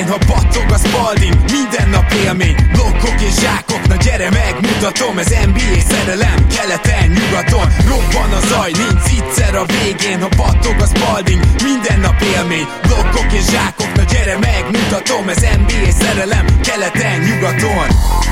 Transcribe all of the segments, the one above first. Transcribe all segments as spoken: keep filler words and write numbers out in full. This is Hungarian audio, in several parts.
végén, ha battog a Spalding, minden nap élmény, blokkok és zsákok, na gyere megmutatom, ez en bé á szerelem, keleten, nyugaton, robban a zaj, nincs egyszer a végén, ha battog a Spalding, minden nap élmény, blokkok és zsákok, na gyere megmutatom, ez en bé á szerelem, keleten, nyugaton.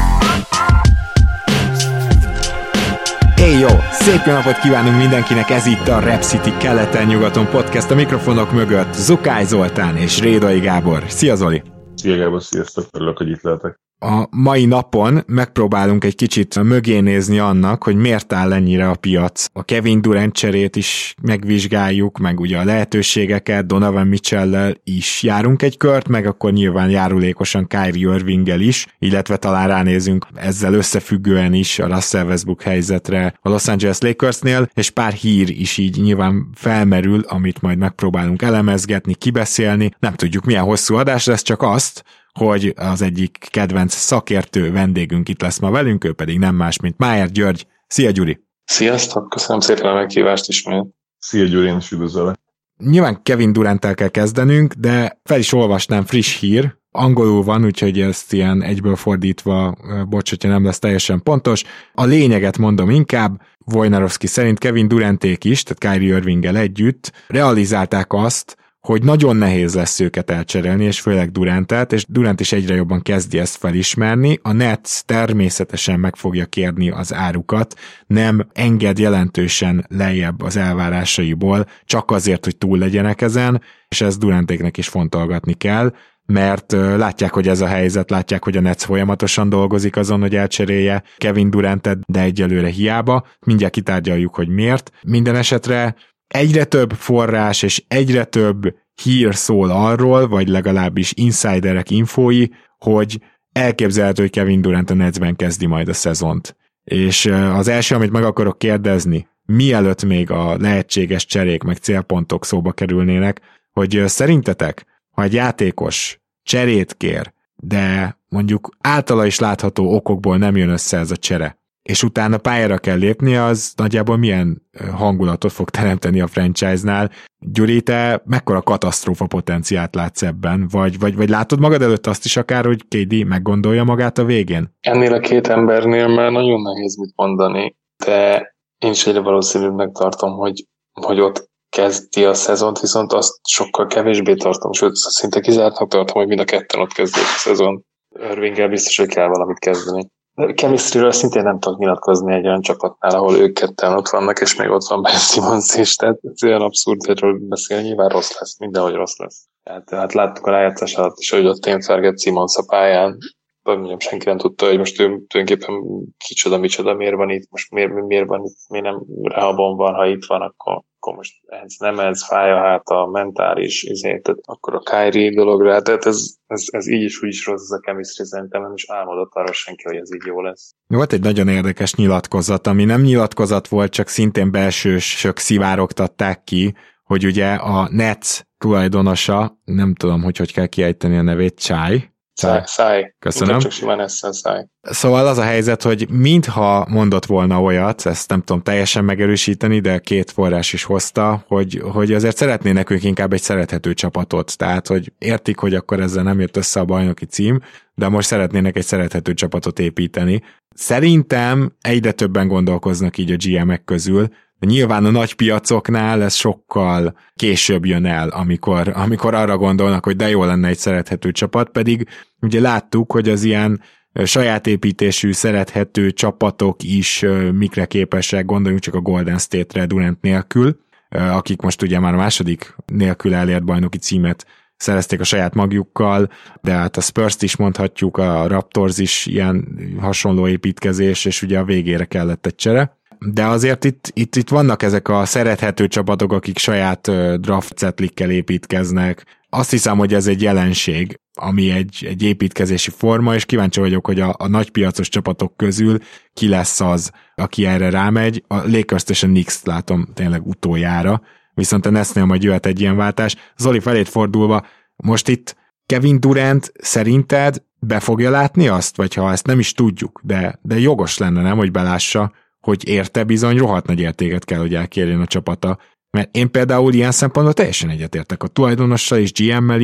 Hey jó! Szép jó napot kívánunk mindenkinek, ez itt a Rep City keleten-nyugaton podcast, a mikrofonok mögött Zukály Zoltán és Rédai Gábor. Szia Zoli! Szia Gábor, sziasztok, örülök, hogy itt lehetek. A mai napon megpróbálunk egy kicsit mögé nézni annak, hogy miért áll ennyire a piac. A Kevin Durant cserét is megvizsgáljuk, meg ugye a lehetőségeket, Donovan Mitchell-lel is járunk egy kört, meg akkor nyilván járulékosan Kyrie Irvinggel is, illetve talán ránézünk ezzel összefüggően is a Russell Westbrook helyzetre a Los Angeles Lakersnél, és pár hír is így nyilván felmerül, amit majd megpróbálunk elemezgetni, kibeszélni. Nem tudjuk milyen hosszú adás lesz, csak azt, hogy az egyik kedvenc szakértő vendégünk itt lesz ma velünk, ő pedig nem más, mint Májer György. Szia Gyuri! Sziasztok, köszönöm szépen a meghívást ismét. Szia Gyuri, én is üdvözöllek. Nyilván Kevin Duranttel kell kezdenünk, de fel is olvasnám, friss hír, angolul van, úgyhogy ezt ilyen egyből fordítva, bocs, hogyha nem lesz teljesen pontos. A lényeget mondom inkább, Wojnarowski szerint Kevin Duranték is, tehát Kyrie Irvinggel együtt realizálták azt, hogy nagyon nehéz lesz őket elcserélni, és főleg Durantet, és Durant is egyre jobban kezdi ezt felismerni. A Nets természetesen meg fogja kérni az árukat, nem enged jelentősen lejjebb az elvárásaiból, csak azért, hogy túl legyenek ezen, és ezt Durantéknek is fontolgatni kell, mert látják, hogy ez a helyzet, látják, hogy a Nets folyamatosan dolgozik azon, hogy elcserélje Kevin Durantet, de egyelőre hiába. Mindjárt kitárgyaljuk, hogy miért. Minden esetre egyre több forrás és egyre több hír szól arról, vagy legalábbis insiderek infói, hogy elképzelhető, hogy Kevin Durant a Netsben kezdi majd a szezont. És az első, amit meg akarok kérdezni, mielőtt még a lehetséges cserék meg célpontok szóba kerülnének, hogy szerintetek, ha egy játékos cserét kér, de mondjuk általa is látható okokból nem jön össze ez a csere, és utána pályára kell lépnie, az nagyjából milyen hangulatot fog teremteni a franchise-nál. Gyuri, te mekkora katasztrófa potenciált látsz ebben? Vagy, vagy, vagy látod magad előtt azt is akár, hogy ká dé meggondolja magát a végén? Ennél a két embernél már nagyon nehéz mit mondani, de én is egyre valószínűbbnek tartom, hogy, hogy ott kezdi a szezont, viszont azt sokkal kevésbé tartom, sőt, szinte kizártnak tartom, hogy mind a ketten ott kezdik a szezon. Irvinggel biztos, hogy kell valamit kezdeni. Chemistryről szintén nem tudok nyilatkozni egy olyan csapatnál, ahol ők ketten ott vannak, és még ott van Ben Simmons is, tehát ez olyan abszurd, erről beszélni, nyilván rossz lesz, mindenhogy rossz lesz. Tehát, tehát láttuk a rájátszás alatt is, hogy ott témfergett Simmons a pályán, vagy mondjam, senki nem tudta, hogy most ő tulajdonképpen kicsoda, micsoda, miért van itt, most miért, miért van itt, miért nem rehabon van, ha itt van, akkor, akkor most ez nem ez, fáj a háta, mentális, izé, tehát akkor a Kyrie dologra, tehát ez, ez, ez így is úgy is rossz, ez a chemistry, szerintem nem is álmodott arra senki, hogy ez így jó lesz. Volt egy nagyon érdekes nyilatkozat, ami nem nyilatkozat volt, csak szintén belsősök szivárogtatták ki, hogy ugye a Nets tulajdonosa, nem tudom, hogy hogy kell kiejteni a nevét, Chai, Száj, száj. Köszönöm. Csak simán eszen száj. Szóval az a helyzet, hogy mintha mondott volna olyat, ezt nem tudom teljesen megerősíteni, de két forrás is hozta, hogy, hogy azért szeretnének ők inkább egy szerethető csapatot. Tehát, hogy értik, hogy akkor ezzel nem jött össze a bajnoki cím, de most szeretnének egy szerethető csapatot építeni. Szerintem egyre többen gondolkoznak így a gé em-ek közül, de nyilván a nagy piacoknál ez sokkal később jön el, amikor, amikor arra gondolnak, hogy de jó lenne egy szerethető csapat, pedig ugye láttuk, hogy az ilyen saját építésű, szerethető csapatok is mikre képesek, gondoljunk csak a Golden State-re Durant nélkül, akik most ugye már a második nélkül elért bajnoki címet szerezték a saját magjukkal, de hát a Spurs-t is mondhatjuk, a Raptors is ilyen hasonló építkezés, és ugye a végére kellett egy csere. De azért itt, itt, itt vannak ezek a szerethető csapatok, akik saját uh, draft cetlikkel építkeznek. Azt hiszem, hogy ez egy jelenség, ami egy, egy építkezési forma, és kíváncsi vagyok, hogy a, a nagypiacos csapatok közül ki lesz az, aki erre rámegy. A Lakers-t és a Knicks-t látom tényleg utoljára, viszont a Netsnél majd jöhet egy ilyen váltás. Zoli, felét fordulva, most itt Kevin Durant szerinted be fogja látni azt, vagy ha ezt nem is tudjuk, de, de jogos lenne, nem, hogy belássa, hogy érte bizony rohadt nagy értéket kell, hogy elkérjen a csapata. Mert én például ilyen szempontból teljesen egyetértek a tulajdonossal és gé em-mel is,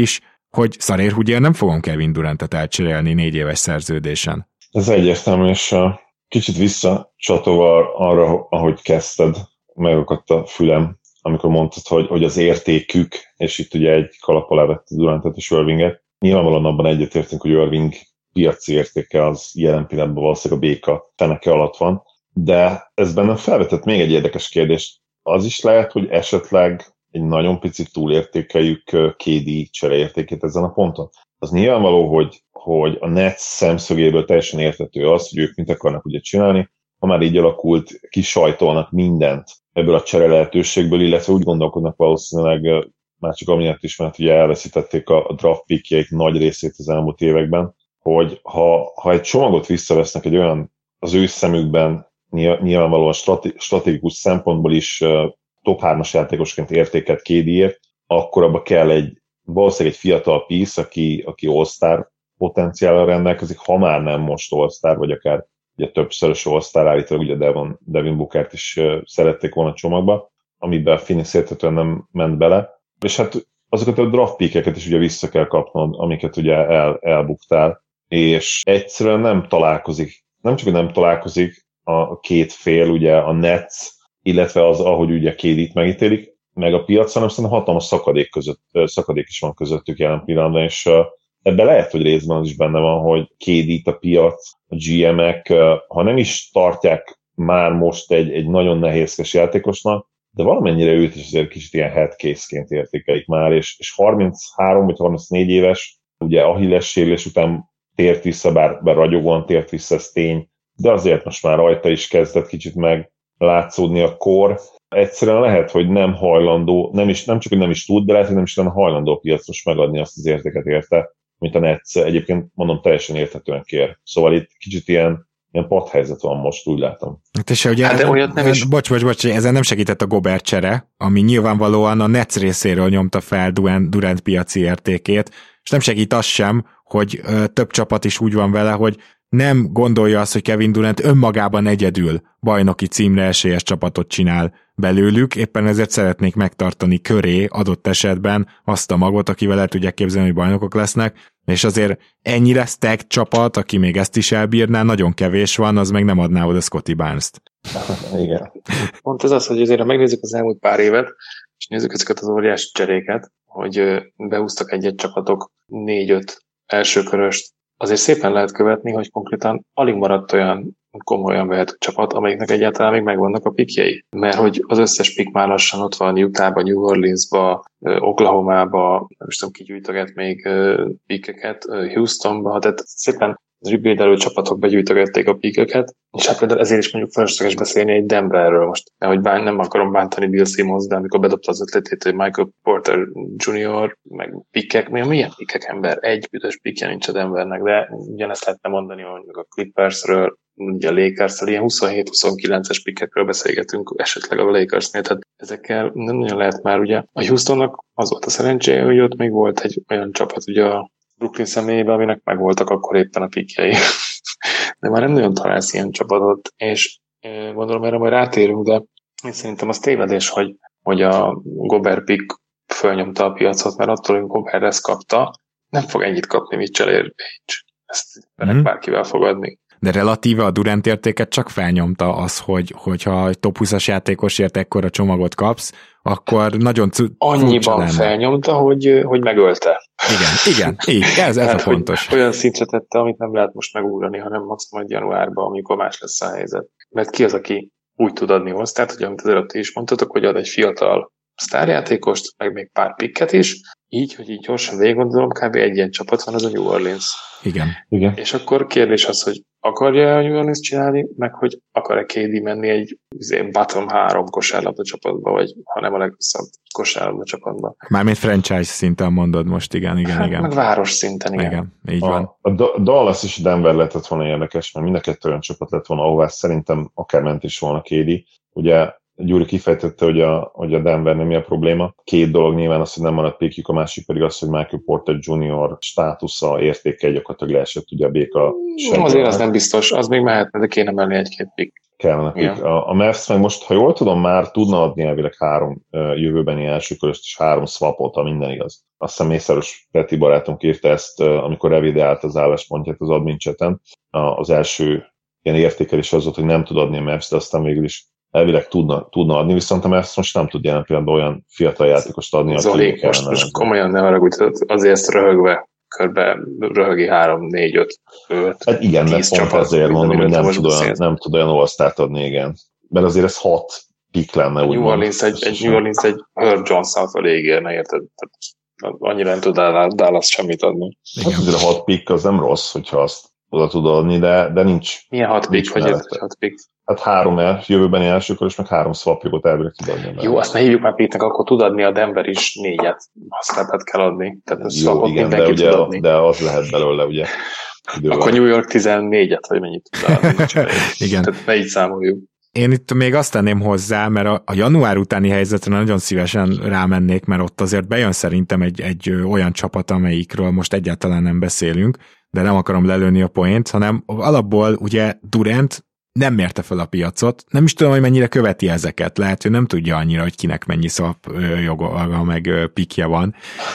hogy Szarér Hugyier nem fogom Kevin Durantet elcserélni négy éves szerződésen. Ez egyértelmű, és kicsit visszacsatolva arra, ahogy kezdted, megakadt a fülem, amikor mondtad, hogy, hogy az értékük, és itt ugye egy kalap alá vette Durantet és Irvinget. Nyilvánvalóan abban egyetértünk, hogy Irving piaci értéke az jelen pillanatban valószínűleg a béka feneke alatt van, de ez bennem felvetett még egy érdekes kérdést. Az is lehet, hogy esetleg egy nagyon picit túlértékeljük ká dé csereértékét ezen a ponton. Az nyilvánvaló, hogy, hogy a Nets szemszögéből teljesen értető az, hogy ők mit akarnak ugye csinálni, ha már így alakult, kisajtolnak mindent ebből a csere lehetőségből, illetve úgy gondolkodnak valószínűleg már csak amiatt is, mert ugye elveszítették a draft pickjeik nagy részét az elmúlt években, hogy ha, ha egy csomagot visszavesznek egy olyan az ő szemükben nyilvánvalóan stratégikus szempontból is top hármas játékosként értéket ká dé-ért, akkor abba kell egy valószínűleg egy fiatal piece, aki, aki all-star potenciállal rendelkezik, ha már nem most all-star, vagy akár ugye többszörös all-star, állítólag ugye Devin, Devin Bookert is szerették volna a csomagba, amiben Phoenix értetően nem ment bele, és hát azokat a draft pickeket is ugye vissza kell kapnod, amiket ugye el, elbuktál, és egyszerűen nem találkozik, nem csak, hogy nem találkozik a két fél, ugye a Nets, illetve az, ahogy ugye ká dé-t megítélik, meg a piac, hanem szerintem hatalmas szakadék, között, szakadék is van közöttük jelen pillanatban, és ebben lehet, hogy részben az is benne van, hogy ká dé-t a piac, a gé em-ek, ha nem is tartják már most egy, egy nagyon nehézkes játékosnak, de valamennyire őt is azért kicsit ilyen head case-ként értékelik már, és, és harminchárom vagy harmincnégy éves, ugye Achilles sérülés után tért vissza, bár, bár ragyogóan tért vissza, ez tény, de azért most már rajta is kezdett kicsit meg látszódni a kor. Egyszerűen lehet, hogy nem hajlandó, nem, is, nem csak, hogy nem is tud, de lehet, hogy nem is lenne hajlandó a piac most megadni azt az értéket érte, mint a Nets egyébként, mondom, teljesen érthetően kér. Szóval itt kicsit ilyen, ilyen padhelyzet van most, úgy látom. Hát és ugye, hát de olyat nem is... Bocs, bocs, bocs, ezen nem segített a Gobert csere, ami nyilvánvalóan a Nets részéről nyomta fel Durant, Durant piaci értékét, és nem segít az sem, hogy ö, több csapat is úgy van vele, hogy nem gondolja azt, hogy Kevin Durant önmagában egyedül bajnoki címre esélyes csapatot csinál belőlük, éppen ezért szeretnék megtartani köré adott esetben azt a magot, akivel el tudják képzelni, hogy bajnokok lesznek, és azért ennyire stack csapat, aki még ezt is elbírná, nagyon kevés van, az meg nem adná oda Scottie Barnes-t. Igen. Pont ez az, hogy azért, ha megnézzük az elmúlt pár évet, és nézzük ezeket az óriási cseréket, hogy behúztak egy-egy csapatok négy-öt elsőköröst, azért szépen lehet követni, hogy konkrétan alig maradt olyan komolyan vehető csapat, amelyiknek egyáltalán még megvannak a pikjei. Mert hogy az összes pik már lassan ott van Utahba, New Orleansba, Oklahomába, nem is tudom, ki gyűjtöget még pikeket, Houstonba, tehát szépen rebuildelő csapatok begyűjtögették a pikeket, és hát például ezért is mondjuk felesleges beszélni egy Denverről most, mert hogy bán, nem akarom bántani Bill Simmons, de amikor bedobta az ötletét, hogy Michael Porter junior, meg pikek, milyen pikek ember? Egy büdös pikje nincs a Denvernek, de ugyanezt lehetne mondani mondjuk a Clippersről, ugye a Lakersről, ilyen huszonhét-huszonkilences pikekről beszélgetünk esetleg a Lakersnél, tehát ezekkel nem nagyon lehet már ugye. A Houstonnak az volt a szerencséje, hogy ott még volt egy olyan csapat ugye a Brooklyn személyében, aminek megvoltak akkor éppen a pikjei. De már nem nagyon találsz ilyen csapatot, és gondolom erre majd rátérünk, de én szerintem az tévedés, hogy, hogy a Gobert pick fölnyomta a piacot, mert attól, hogy Gobert ezt kapta, nem fog ennyit kapni Mitchell Page. Ezt mm-hmm. bárkivel fogadni. De relatíve a Durant értéket csak felnyomta az, hogy, hogyha egy top húszas játékosért ekkora csomagot kapsz, akkor nagyon c- annyiban felnyomta, hogy, hogy megölte. Igen, igen, így, ez, ez hát, a fontos. Olyan szintre tette, amit nem lehet most megugrani, hanem max majd januárban, amikor más lesz a helyzet. Mert ki az, aki úgy tud adni hozzá, tehát, hogy amit az előtt is mondtatok, hogy ad egy fiatal sztárjátékost, meg még pár pikket is, így, hogy így gyorsan végig gondolom, kb. Egy ilyen csapat van, az a New Orleans. Igen. Igen. És akkor kérdés az, hogy akarja a New Orleans csinálni, meg hogy akar-e ká dé menni egy bottom három kosárlabda csapatba, vagy ha nem a legrosszabb kosárlabda csapatba. Mármint franchise szinten mondod most, igen, igen, hát, igen. Meg város szinten, igen. Igen, így a, van. A Dallas és Denver lehetett volna érdekes, mert mind a kettő olyan csapat lett volna, ahová szerintem akár ment is volna ká dé. Ugye Gyuri kifejtette, hogy a, hogy a Denvernél mi a probléma. Két dolog nyilván az, hogy nem maradt pékjük, a másik pedig az, hogy Michael Porter junior státusza, értéke gyakorlatilag leesett ugye a béka segíteni. Azért az nem biztos, az még mehetne, de kéne menni egy-két pik. kellene pick. A, a Mavs meg most, ha jól tudom, már tudna adni elvileg három uh, jövőbeni elsőköröst és három swapot, ha minden igaz. Azt hiszem Mészáros Peti barátunk írta ezt, uh, amikor revideált az álláspontját az admin chaten. Uh, az első ilyen értékelés az volt, hogy nem tud adni a Mavs, de aztán végül is elvileg tudna, tudna adni, viszont a Mavs most nem tud jelen pillanatban olyan fiatal játékost adni, Zoli, aki most, most komolyan ne haragudj, azért ezt röhögve körbe röhögi három, négy, öt, öt, hát igen, mert pont ezért mondom, hogy nem tud, olyan, nem tud olyan all-start adni, igen. Mert azért ez hat pick lenne, úgy New Orleans egy, egy New Orleans egy Herb Jones-ot elég érne, érted? Annyira nem tud Dallas semmit adni. Hát azért a hat pick az nem rossz, hogyha azt oda tud adni, de, de nincs. Milyen hat pick, hogy ez hat pick? Hát három el, jövőbeni elsőkör, és meg három swapjogot elvileg tud adni. Jó, azt ne hívjuk már picknek, akkor tud adni a Denver is négyet. Azt kell adni. Tehát a swapot igen, de, ugye, de az lehet belőle, ugye. Idővel. Akkor New York tizennégyet, vagy mennyit tud adni. Igen. Tehát ne így számoljuk. Én itt még azt tenném hozzá, mert a, a január utáni helyzetre nagyon szívesen rámennék, mert ott azért bejön szerintem egy, egy olyan csapat, amelyikről most egyáltalán nem beszélünk, de nem akarom lelőni a poént, hanem alapból ugye Durant nem mérte fel a piacot, nem is tudom, hogy mennyire követi ezeket, lehet, hogy nem tudja annyira, hogy kinek mennyi szap joga, meg pikje van.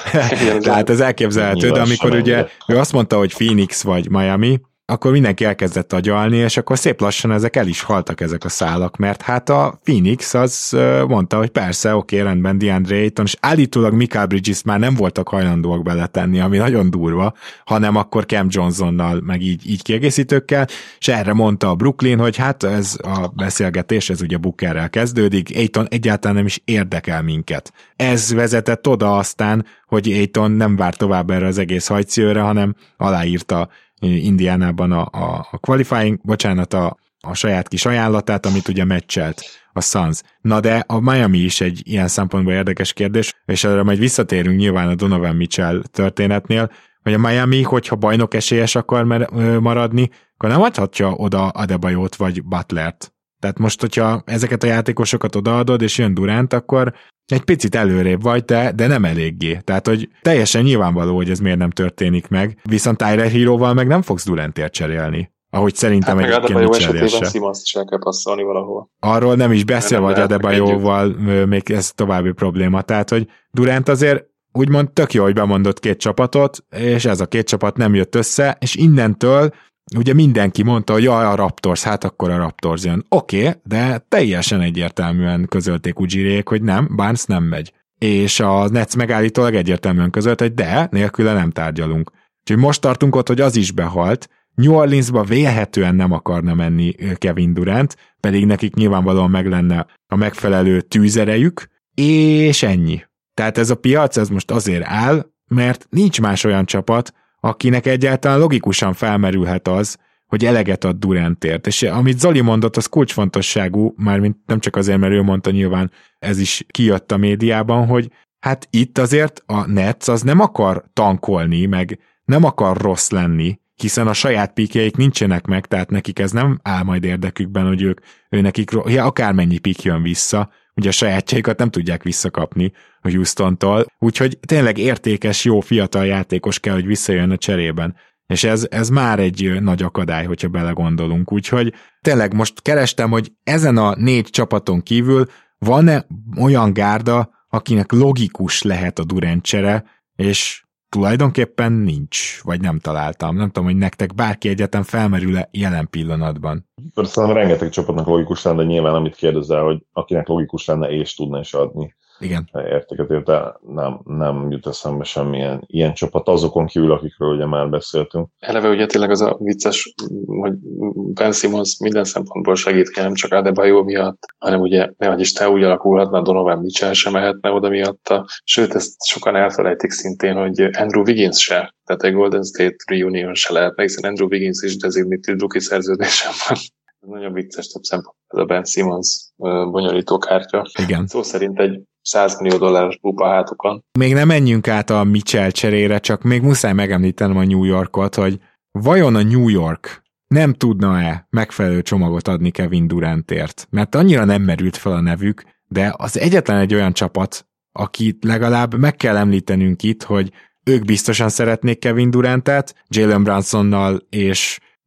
Tehát ez elképzelhető, de amikor ugye ő azt mondta, hogy Phoenix vagy Miami, akkor mindenki elkezdett agyalni, és akkor szép lassan ezek el is haltak ezek a szálak, mert hát a Phoenix az mondta, hogy persze, oké, okay, rendben, DeAndre Ayton, és állítólag Mikal Bridges már nem voltak hajlandóak beletenni, ami nagyon durva, hanem akkor Cam Johnsonnal, meg így, így kiegészítőkkel, és erre mondta a Brooklyn, hogy hát ez a beszélgetés, ez ugye Bookerrel kezdődik, Ayton egyáltalán nem is érdekel minket. Ez vezetett oda aztán, hogy Ayton nem vár tovább erre az egész hajcőre, hanem aláírta Indiánában a, a, a qualifying, bocsánat, a, a saját kis ajánlatát, amit ugye meccselt a Suns. Na de a Miami is egy ilyen szempontból érdekes kérdés, és erre majd visszatérünk nyilván a Donovan Mitchell történetnél, hogy a Miami, hogyha bajnok esélyes akar maradni, akkor nem adhatja oda Adebayot vagy Butlert. Tehát most, hogyha ezeket a játékosokat odaadod, és jön Durant, akkor egy picit előrébb vagy, de, de nem eléggé. Tehát, hogy teljesen nyilvánvaló, hogy ez miért nem történik meg, viszont Tyler Heroval meg nem fogsz Durantért cserélni. Ahogy szerintem hát egyébként Adebayo esetében Simons-t is el kell passzolni valahol. Arról nem is beszél, vagy Adebayoval még ez további probléma. Tehát, hogy Durant azért úgymond tök jó, hogy bemondott két csapatot, és ez a két csapat nem jött össze, és innentől ugye mindenki mondta, hogy jaj, a Raptors, hát akkor a Raptors jön. Oké, okay, de teljesen egyértelműen közölték Ujjirék, hogy nem, Barnes nem megy. És a Nets megállítólag egyértelműen közölt, hogy de, nélküle nem tárgyalunk. Úgyhogy most tartunk ott, hogy az is behalt. New Orleansba vélhetően nem akarna menni Kevin Durant, pedig nekik nyilvánvalóan meg lenne a megfelelő tűzerejük, és ennyi. Tehát ez a piac, ez most azért áll, mert nincs más olyan csapat, akinek egyáltalán logikusan felmerülhet az, hogy eleget ad Durantért. És amit Zoli mondott, az kulcsfontosságú, mármint nem csak azért, mert ő mondta, nyilván ez is kijött a médiában, hogy hát itt azért a Nets az nem akar tankolni, meg nem akar rossz lenni, hiszen a saját pikjeik nincsenek meg, tehát nekik ez nem áll majd érdekükben, hogy ők, ő nekik, ja, akármennyi pik jön vissza, ugye a sajátjaikat nem tudják visszakapni a Houstontól, úgyhogy tényleg értékes, jó fiatal játékos kell, hogy visszajön a cserében. És ez, ez már egy nagy akadály, hogyha belegondolunk. Úgyhogy tényleg most kerestem, hogy ezen a négy csapaton kívül van-e olyan gárda, akinek logikus lehet a Durant csere, és tulajdonképpen nincs, vagy nem találtam. Nem tudom, hogy nektek bárki egyetem felmerül-e jelen pillanatban. Szerintem rengeteg csapatnak logikus lenne, de nyilván amit kérdezel, hogy akinek logikus lenne és tudna is adni. Igen. Értéket, de nem, nem jut eszembe semmilyen ilyen csapat, azokon kívül, akikről ugye már beszéltünk. Eleve ugye tényleg az a vicces, hogy Ben Simmons minden szempontból segít, nem csak Adebayo miatt, hanem ugye, nehogy Isten úgy alakulhatna, Donovan Mitchell sem mehetne oda miatta. Sőt, ezt sokan elfelejtik szintén, hogy Andrew Wiggins se, tehát egy Golden State reunion se lehetne, hiszen Andrew Wiggins is designated rookie szerződésem van. Ez nagyon vicces több szempont, ez a Ben Simmons bonyolító kártya. Igen. Szó szerint egy száz millió dolláros bupa hátukon. Még nem menjünk át a Mitchell cserére, csak még muszáj megemlítenem a New Yorkot, hogy vajon a New York nem tudna-e megfelelő csomagot adni Kevin Durantért? Mert annyira nem merült fel a nevük, de az egyetlen egy olyan csapat, akit legalább meg kell említenünk itt, hogy ők biztosan szeretnék Kevin Durantet, Jalen Brunsonnal és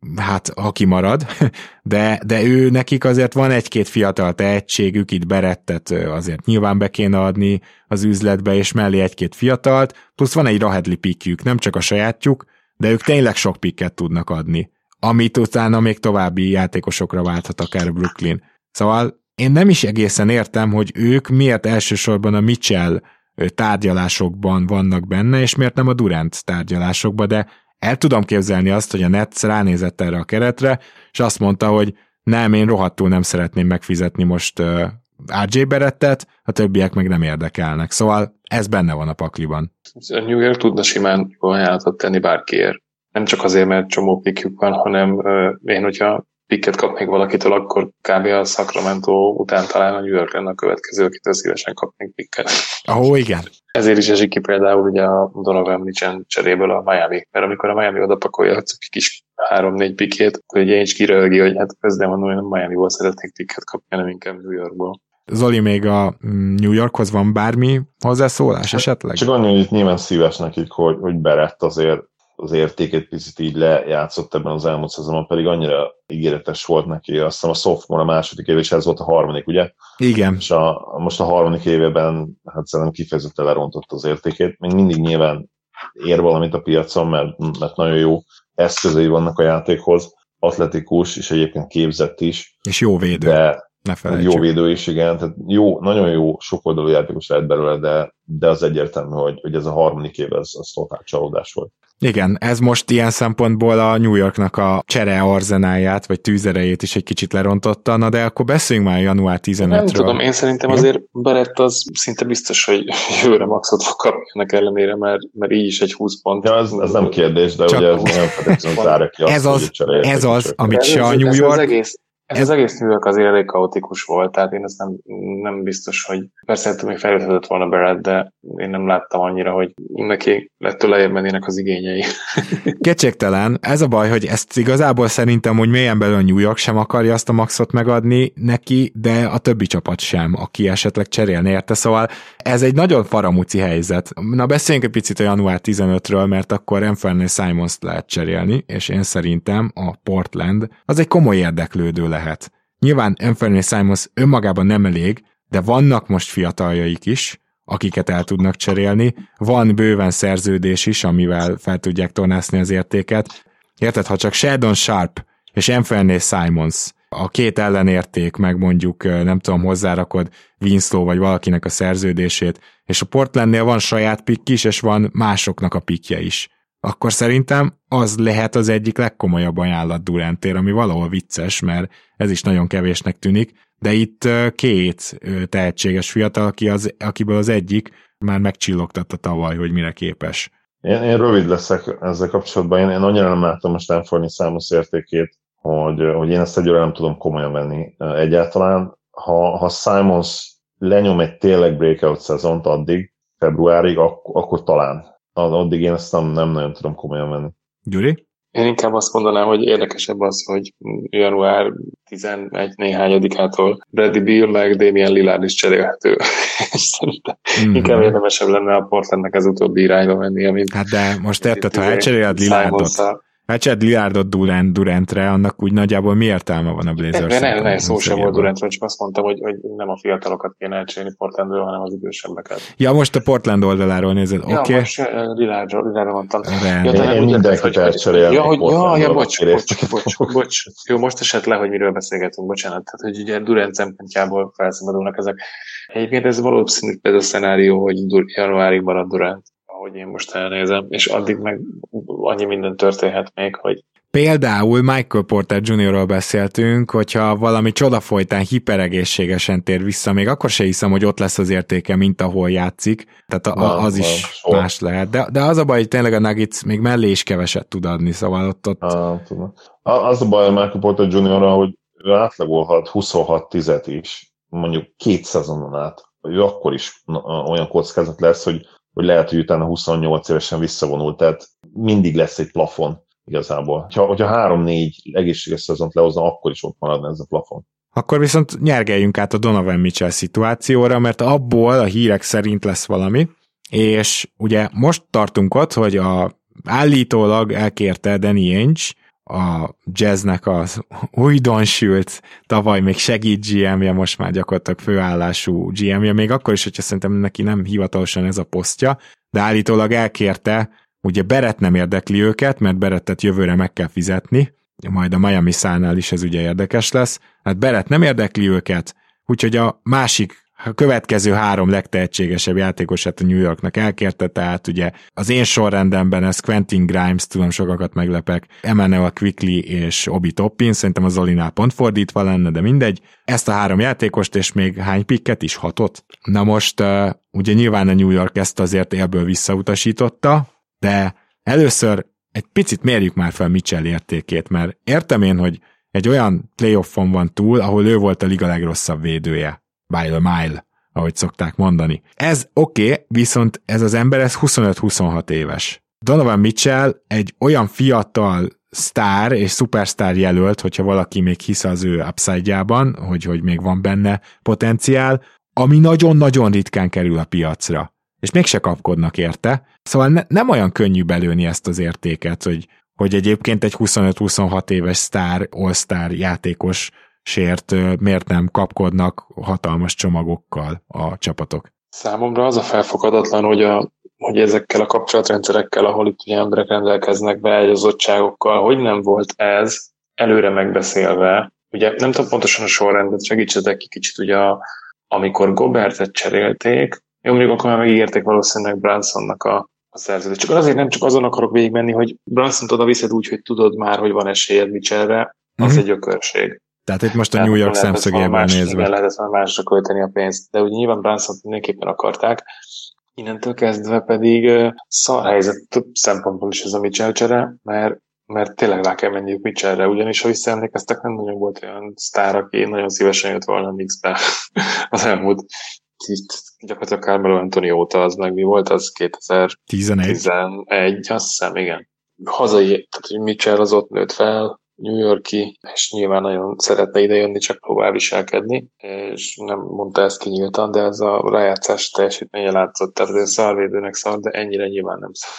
hát aki marad, de, de ő nekik azért van egy-két fiatal tehetségük, itt Berettet azért nyilván be kéne adni az üzletbe, és mellé egy-két fiatalt, plusz van egy Rahedli pickjük, nem csak a sajátjuk, de ők tényleg sok picket tudnak adni, amit utána még további játékosokra válthat akár Brooklyn. Szóval én nem is egészen értem, hogy ők miért elsősorban a Mitchell tárgyalásokban vannak benne, és miért nem a Durant tárgyalásokban, de el tudom képzelni azt, hogy a Nets ránézett erre a keretre, és azt mondta, hogy nem, én rohadtul nem szeretném megfizetni most uh, er jé Barrettet, a többiek meg nem érdekelnek. Szóval ez benne van a pakliban. A New York tudna simán jó ajánlatot tenni bárkiért. Nem csak azért, mert csomó pickjük van, hanem uh, én, hogyha picket kapnék valakitől, akkor kb. A Sacramento után talán a New York lenne a következő, akitől szívesen kapnék picket. Ó, igen. Ezért is esik ki például ugye a Donovan Mitchell cseréből a Miami, mert amikor a Miami odapakolja a kis három-négy pikét, akkor ugye én is kirölgi, hogy hát közben mondom, hogy nem Miami-ból szeretnék pikket kapni, hanem inkább New Yorkból. Zoli, még a New Yorkhoz van bármi hozzászólás esetleg? Csak annyi, hogy itt nyilván szíves nekik, hogy, hogy Barrett azért az értékét picit így lejátszott ebben az elmúlt szezonban, pedig annyira ígéretes volt neki. Azt hiszem a sophomore a második év, és ez volt a harmadik, ugye? Igen. És a, most a harmadik évében hát szerintem kifejezetten lerontott az értékét. Még mindig nyilván ér valamit a piacon, mert, mert nagyon jó eszközei vannak a játékhoz, atletikus, és egyébként képzett is. És jó védő. De ne felejtsük. Jó védő is, igen. Tehát jó, nagyon jó sokoldalú játékos lehet belőle, de, de az egyértelmű, hogy, hogy ez a harmadik év, ez, ez totál csalódás volt. Igen, ez most ilyen szempontból a New Yorknak a csere arzenáját, vagy tűzerejét is egy kicsit lerontotta, na de akkor beszéljünk már január tizenötödikéről. Nem tudom, én szerintem azért Barrett az szinte biztos, hogy jövőre maxot fog kapni ennek ellenére, mert, mert így is egy húsz pont. Ja, ez, ez nem kérdés, de csak ugye ez nem feltétlenül zárja ki azt, ez az, hogy ez az, amit se a New York... Ez az egész, Ez, ez az egész New York azért elég kaotikus volt, tehát én ezt nem, nem biztos, hogy persze ettől még fejlődhetett volna Barrett, de én nem láttam annyira, hogy neki ettől lejjebb mennének az igényei. Kétségtelen, ez a baj, hogy ezt igazából szerintem, hogy mélyen belül a New York sem akarja azt a maxot megadni neki, de a többi csapat sem, aki esetleg cserélni érte, szóval ez egy nagyon faramúci helyzet. Na beszéljünk egy picit a január tizenötödikéről, mert akkor Anthony Simons-t lehet cserélni, és én szerintem a Portland az egy komoly érdeklődő lehet. Nyilván Anthony Simons önmagában nem elég, de vannak most fiataljaik is, akiket el tudnak cserélni, van bőven szerződés is, amivel fel tudják tornászni az értéket. Érted, ha csak Sheldon Sharp és Anthony Simons a két ellenérték, meg mondjuk nem tudom, hozzárakod Winslow vagy valakinek a szerződését, és a Portlandnél van saját pick is, és van másoknak a pickje is, akkor szerintem az lehet az egyik legkomolyabb ajánlat Durantért, ami valahol vicces, mert ez is nagyon kevésnek tűnik, de itt két tehetséges fiatal, aki az, akiből az egyik már megcsillogtatta tavaly, hogy mire képes. Én, én rövid leszek ezzel kapcsolatban, én, én annyira nem látom most Anthony Simons értékét, hogy, hogy én ezt egyre nem tudom komolyan venni egyáltalán. Ha, ha Simons lenyom egy tényleg breakout szezont addig, februárig, akkor, akkor talán. Addig én ezt nem, nem nagyon tudom komolyan venni. Gyuri? Én inkább azt mondanám, hogy érdekesebb az, hogy január tizenegy néhányadikától Bradley Beal meg Damian Lillard is cserélhető. És szerintem mm-hmm. inkább érdemesebb lenne a Portlandnek az utóbbi irányba menni. Amit hát de most érted, ha elcseréled Lillardot, elcseréled Lillardot Durant, Durantre, annak úgy nagyjából mi értelme van a Blazers? Nem, nem, szó sem volt Durantról, csak azt mondtam, hogy, hogy nem a fiatalokat kéne elcserélni Portlandről, hanem az idősebbeket. Ja, most a Portland oldaláról nézed, ja, oké. Okay. most Lillardról, Lillardról mondtam. Ja, én, én mindenkit elcserélni. Ja, hogy, ja, ja, bocs, bocs, bocs, bocs. Jó, most esett le, hogy miről beszélgetünk, bocsánat. Tehát, hogy ugye Durant szempontjából felszabadulnak ezek. Egyébként ez valószínű ez a szenárió, hogy januárig marad Durant, ahogy én most elnézem, és addig meg annyi minden történhet még, hogy például Michael Porter juniorról beszéltünk, hogyha valami csoda folytán hiperegészségesen tér vissza, még akkor se hiszem, hogy ott lesz az értéke, mint ahol játszik, tehát a, na, az is na, más lehet. De, de az a baj, hogy tényleg a Nuggets még mellé is keveset tud adni, szóval ott... ott... Ah, az a baj a Michael Porter juniorral, hogy ő átlagolhat huszonhat tízet is, mondjuk két szezonon át. Ő akkor is olyan kockázat lesz, hogy, hogy lehet, hogy utána huszonnyolc évesen visszavonul, tehát mindig lesz egy plafon igazából. Ha, hogyha három-négy egészséges szezont lehozna, akkor is ott maradna ez a plafon. Akkor viszont nyergeljünk át a Donovan Mitchell szituációra, mert abból a hírek szerint lesz valami, és ugye most tartunk ott, hogy a állítólag elkérte Danny Ainge a Jazznek az újdonsült, tavaly még segít gé em-je, most már gyakorlatilag főállású gé em-je, még akkor is, hogyha szerintem neki nem hivatalosan ez a posztja, de állítólag elkérte, ugye Barrett nem érdekli őket, mert Barrettet jövőre meg kell fizetni, majd a Miami Soundnál is ez ugye érdekes lesz, hát Barrett nem érdekli őket, úgyhogy a másik, a következő három legtehetségesebb játékosát a New Yorknak elkérte, tehát ugye az én sorrendemben ez Quentin Grimes, tudom sokakat meglepek, Emmanuel Quickley és Obi Toppin, szerintem az Zolinál pont fordítva lenne, de mindegy. Ezt a három játékost, és még hány pikket is? Hatot? Na most uh, ugye nyilván a New York ezt azért élből visszautasította, de először egy picit mérjük már fel Mitchell értékét, mert értem én, hogy egy olyan playoffon van túl, ahol ő volt a liga legrosszabb védője. By the mile, ahogy szokták mondani. Ez oké, okay, viszont ez az ember ez huszonöt-huszonhat éves. Donovan Mitchell egy olyan fiatal sztár és szupersztár jelölt, hogyha valaki még hisz az ő upside-jában, hogy, hogy még van benne potenciál, ami nagyon-nagyon ritkán kerül a piacra. És mégse kapkodnak érte. Szóval ne, nem olyan könnyű belőni ezt az értéket, hogy, hogy egyébként egy huszonöt-huszonhat éves sztár, all-star játékos sért miért nem kapkodnak hatalmas csomagokkal a csapatok. Számomra az a felfogadatlan, hogy, a, hogy ezekkel a kapcsolatrendszerekkel, ahol itt ugye emberek rendelkeznek beágyazottságokkal, hogy nem volt ez előre megbeszélve. Ugye nem tudom pontosan a sorrendet, segítsetek ki kicsit, ugye a, amikor Gobertet cserélték, jó, mondjuk akkor már megígérték valószínűleg Brunsonnak a, a szerződést. Csak azért nem csak azon akarok végigmenni, hogy Brunson-t oda viszed úgy, hogy tudod már, hogy van esélyed Mitchellre, az mm-hmm. egy ökörség. Tehát itt most a New York szemszögéből nézve. Igen, lehetett már másra költeni a pénzt, de ugye nyilván Brunson-t mindenképpen akarták. Innentől kezdve pedig uh, szar helyzet több szempontból is ez a Mitchell csere, mert, mert tényleg rá kell menniük Mitchellre, ugyanis ha visszaemlékeztek, nem nagyon volt olyan sztár, aki nagyon szívesen jött volna a Knicksbe az elmúlt itt gyakorlatilag Carmelo Anthony óta, az meg mi volt, az kétezer-tizenegy, azt hiszem, igen. Hazai, tehát hogy Mitchell az ott nőtt fel, New York-i, és nyilván nagyon szeretne idejönni, csak próbál viselkedni, és nem mondta ezt kinyíltan, de ez a rájátszás teljesítménye látszott, tehát ez szarvédőnek szar, de ennyire nyilván nem szar.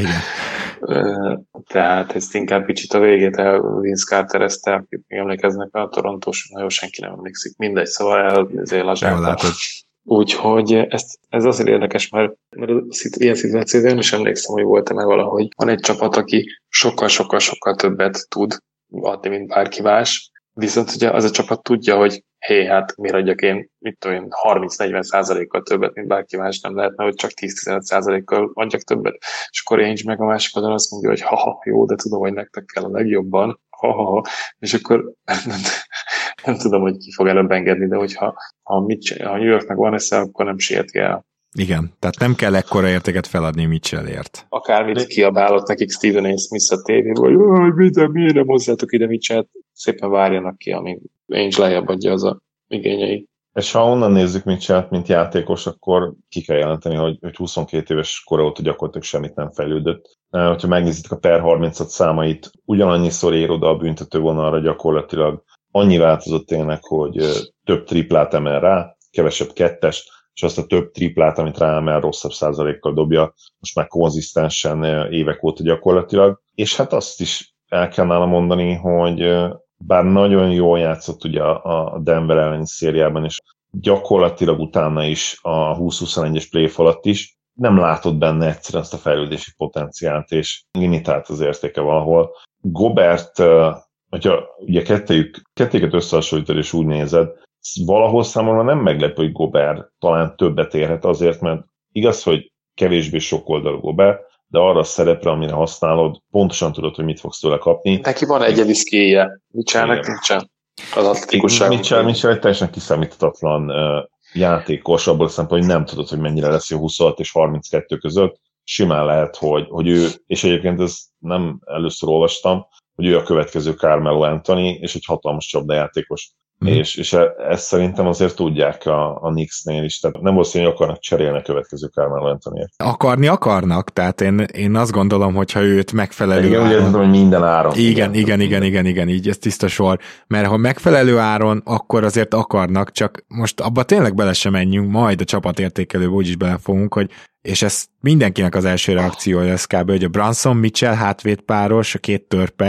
Igen. Tehát ezt inkább kicsit a végét el Vince Carter-ezte, akik még emlékeznek a Torontós, nagyon senki nem emlékszik, mindegy, szóval ezért lazsálta. Úgyhogy ezt, ez azért érdekes, mert, mert ilyen szituációban én is emlékszem, hogy volt-e már valahogy. Van egy csapat, aki sokkal-sokkal-sokkal többet tud adni, mint bárki más, viszont ugye az a csapat tudja, hogy hé, hát miért adjak én, mit tudom én, harminc-negyven százalékkal többet, mint bárki más, nem lehetne, hogy csak tíz-tizenöt százalékkal adjak többet. És akkor én is meg a másik oldalon azt mondja, hogy ha-ha, jó, de tudom, hogy nektek kell a legjobban, ha-ha-ha, és akkor nem, nem tudom, hogy ki fog előbb engedni, de hogyha ha, Mitchell, ha New Yorknak van esze, akkor nem sieti el. Igen, tehát nem kell ekkora értéket feladni Mitchellért. Akármit kiabálott nekik Stephen A. Smith a tévéből, hogy mit, miért nem hozzátok ide Mitchellt, szépen várjanak ki, amíg Ainge lejjebb adja az a igényei. És ha onnan nézzük Mitchellt, mint játékos, akkor ki kell jelenteni, hogy, hogy huszonkét éves kora óta gyakorlatilag semmit nem fejlődött. Ha megnézitek a per harmincad számait, ugyanannyiszor ér oda a büntetővonalra gyakorlatilag. Annyi változott tényleg, hogy több triplát emel rá, kevesebb kettest, és azt a több triplát, amit ráemel, rosszabb százalékkal dobja, most már konzisztensen évek óta gyakorlatilag. És hát azt is el kell nála mondani, hogy bár nagyon jól játszott ugye a Denver elleni szériában, és gyakorlatilag utána is a húsz-huszonegyes playoff alatt is, nem látott benne egyszerűen azt a fejlődési potenciált, és limitált az értéke valahol. Gobert, hogyha ugye kettőjük, kettőjüket összehasonlítod és úgy nézed, valahol számomra nem meglepő, hogy Gobert talán többet érhet azért, mert igaz, hogy kevésbé sokoldalú Gobert, de arra a szerepre, amire használod, pontosan tudod, hogy mit fogsz tőle kapni. Neki van egyedi skillje. Mitchellnek nincsen. Az atletikusság. Mitchell, Mitchell egy teljesen kiszámíthatatlan uh, játékos, abból a szempontból, hogy nem tudod, hogy mennyire lesz jó huszonhat és harminckettő között. Simán lehet, hogy, hogy ő, és egyébként ezt nem először olvastam, hogy ő a következő Carmelo Anthony, és egy hatalmas csapdajátékos. Mm. És, és ezt szerintem azért tudják a, a Knicksnél is, tehát nem valószínű, hogy akarnak cserélni a következő Carmelo Anthonyért. Akarni akarnak, tehát én, én azt gondolom, hogyha őt megfelelő igen, áron... Igen, hogy minden áron. Igen, igen, igen, igen, igen, igen, így ez tiszta sor. Mert ha megfelelő áron, akkor azért akarnak, csak most abba tényleg bele sem menjünk, majd a csapatértékelőbe úgyis belefogunk, hogy és ez mindenkinek az első reakciója lesz kb., hogy a Brunson Mitchell hátvédpáros, a két törpe,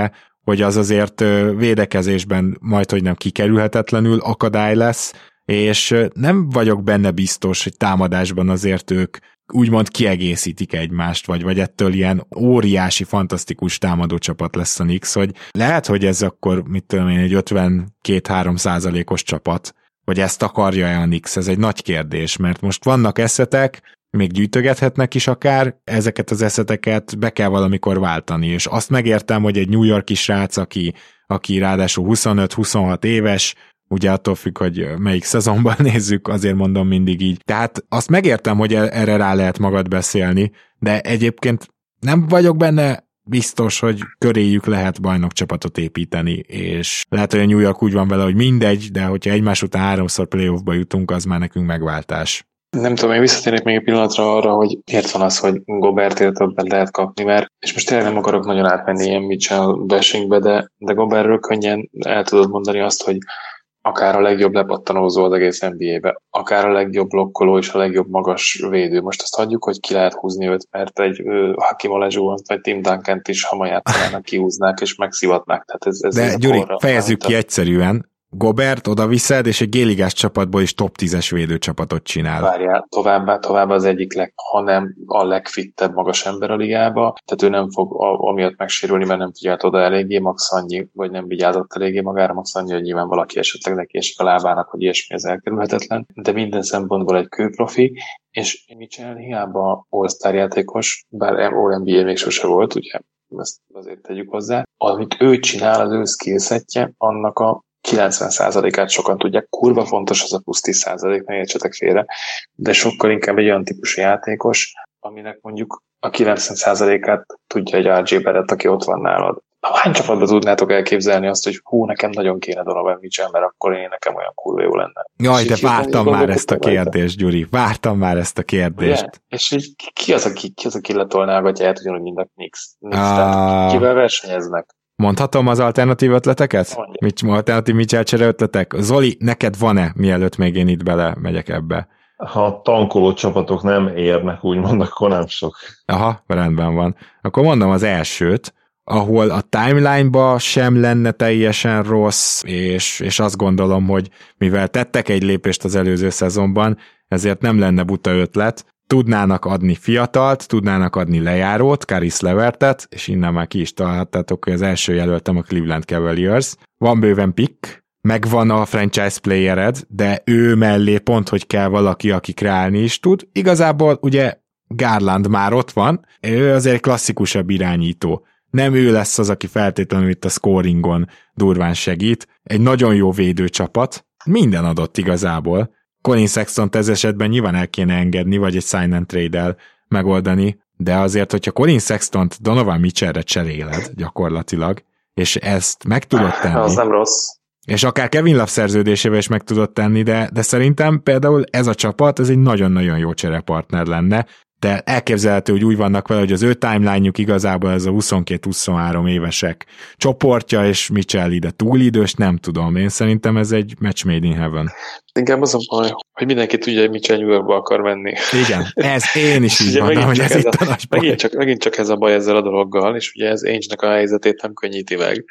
hogy az azért védekezésben majd, hogy nem kikerülhetetlenül akadály lesz, és nem vagyok benne biztos, hogy támadásban azért ők úgymond kiegészítik egymást, vagy, vagy ettől ilyen óriási, fantasztikus támadó csapat lesz a Knicks, hogy lehet, hogy ez akkor, mit tudom én, egy ötvenkét-három százalékos csapat, vagy ezt akarja-e a Knicks, ez egy nagy kérdés, mert most vannak eszetek, még gyűjtögethetnek is akár, ezeket az eszeteket be kell valamikor váltani, és azt megértem, hogy egy New York-i srác, aki, aki ráadásul huszonöt-huszonhat éves, ugye attól függ, hogy melyik szezonban nézzük, azért mondom mindig így. Tehát azt megértem, hogy erre rá lehet magad beszélni, de egyébként nem vagyok benne biztos, hogy köréjük lehet bajnokcsapatot építeni, és lehet, hogy a New York úgy van vele, hogy mindegy, de hogyha egymás után háromszor playoffba jutunk, az már nekünk megváltás. Nem tudom, én visszatérnék még egy pillanatra arra, hogy miért van az, hogy Gobertért többet lehet kapni, mert, és most tényleg nem akarok nagyon átmenni ilyen Mitchell bashingbe, de, de Gobertről könnyen el tudod mondani azt, hogy akár a legjobb lepattanózó az egész en bé á-be, akár a legjobb blokkoló és a legjobb magas védő. Most azt hagyjuk, hogy ki lehet húzni őt, mert egy Hakeem Olajuwont vagy Tim Duncant is, ha ma játszanának, kihúznák és megszivatnák. Tehát ez, ez de ez Gyuri, korra, fejezzük ki egyszerűen. Gobert oda viszed, és egy géligás csapatból is top tízes védőcsapatot csinál. Várjál, továbbá, továbbá az egyik leg, hanem a legfittebb magas ember a ligába, tehát ő nem fog a, amiatt megsérülni, mert nem figyelt oda eléggé, max annyi, vagy nem vigyázott eléggé magára, max annyi, hogy nyilván valaki esetleg neki esik a lábának, hogy ilyesmi ez elkerülhetetlen, de minden szempontból egy kőprofi, és Mitchell hiába all-star játékos, bár all-en bé á még sose volt, ugye, ezt azért tegyük hozzá, amit ő csinál, az ő skillsetje, annak a kilencven százalékát sokan tudják, kurva fontos az a plusz tíz százalék, ne értsetek félre, de sokkal inkább egy olyan típusú játékos, aminek mondjuk a kilencven százalékát tudja egy er jé Barrett, aki ott van nálad. Hány csapatban tudnátok elképzelni azt, hogy hú, nekem nagyon kéne Donovan Mitchell, mert akkor én nekem olyan kurva jó lenne. Jaj, de vártam már ezt a kérdést, Gyuri, vártam már ezt a kérdést. Ugye? És így ki az, aki, ki az, aki letolná a gatyáját, ugyanúgy, mint a Knicks? Ah. Kivel versenyeznek? Mondhatom az alternatív ötleteket? Mit, alternatív Mitchell csere ötletek? Zoli, neked van-e, mielőtt még én itt bele megyek ebbe? Ha a tankoló csapatok nem érnek, úgymond, akkor nem sok. Aha, rendben van. Akkor mondom az elsőt, ahol a timeline-ba sem lenne teljesen rossz, és, és azt gondolom, hogy mivel tettek egy lépést az előző szezonban, ezért nem lenne buta ötlet, tudnának adni fiatalt, tudnának adni lejárót, Caris Levertet, és innen már ki is találtátok, hogy az első jelöltem a Cleveland Cavaliers. Van bőven pick, megvan a franchise playered, de ő mellé pont, hogy kell valaki, aki kreálni is tud. Igazából ugye Garland már ott van, ő azért klasszikusabb irányító. Nem ő lesz az, aki feltétlenül itt a scoringon durván segít. Egy nagyon jó védőcsapat, minden adott igazából. Colin Sextont ez esetben nyilván el kéne engedni, vagy egy sign and trade-el megoldani, de azért, hogyha Colin Sextont Donovan Mitchellre cseréled gyakorlatilag, és ezt meg tudod tenni. Az nem rossz. És akár Kevin Love szerződésével is meg tudod tenni, de, de szerintem például ez a csapat, ez egy nagyon-nagyon jó cserepartner lenne, de elképzelhető, hogy úgy vannak vele, hogy az ő timeline-juk igazából ez a huszonkettő-huszonhárom évesek csoportja, és Mitchell ide túl idős, nem tudom. Én szerintem ez egy match made in heaven. Inkább az a baj, hogy mindenki tudja, hogy Mitchell New Yorkba akar menni. Igen, ez én is így mondom, hogy ez, ez itt a, a nagy baj. Megint csak, megint csak ez a baj ezzel a dologgal, és ugye ez Ainge-nek a helyzetét nem könnyíti meg,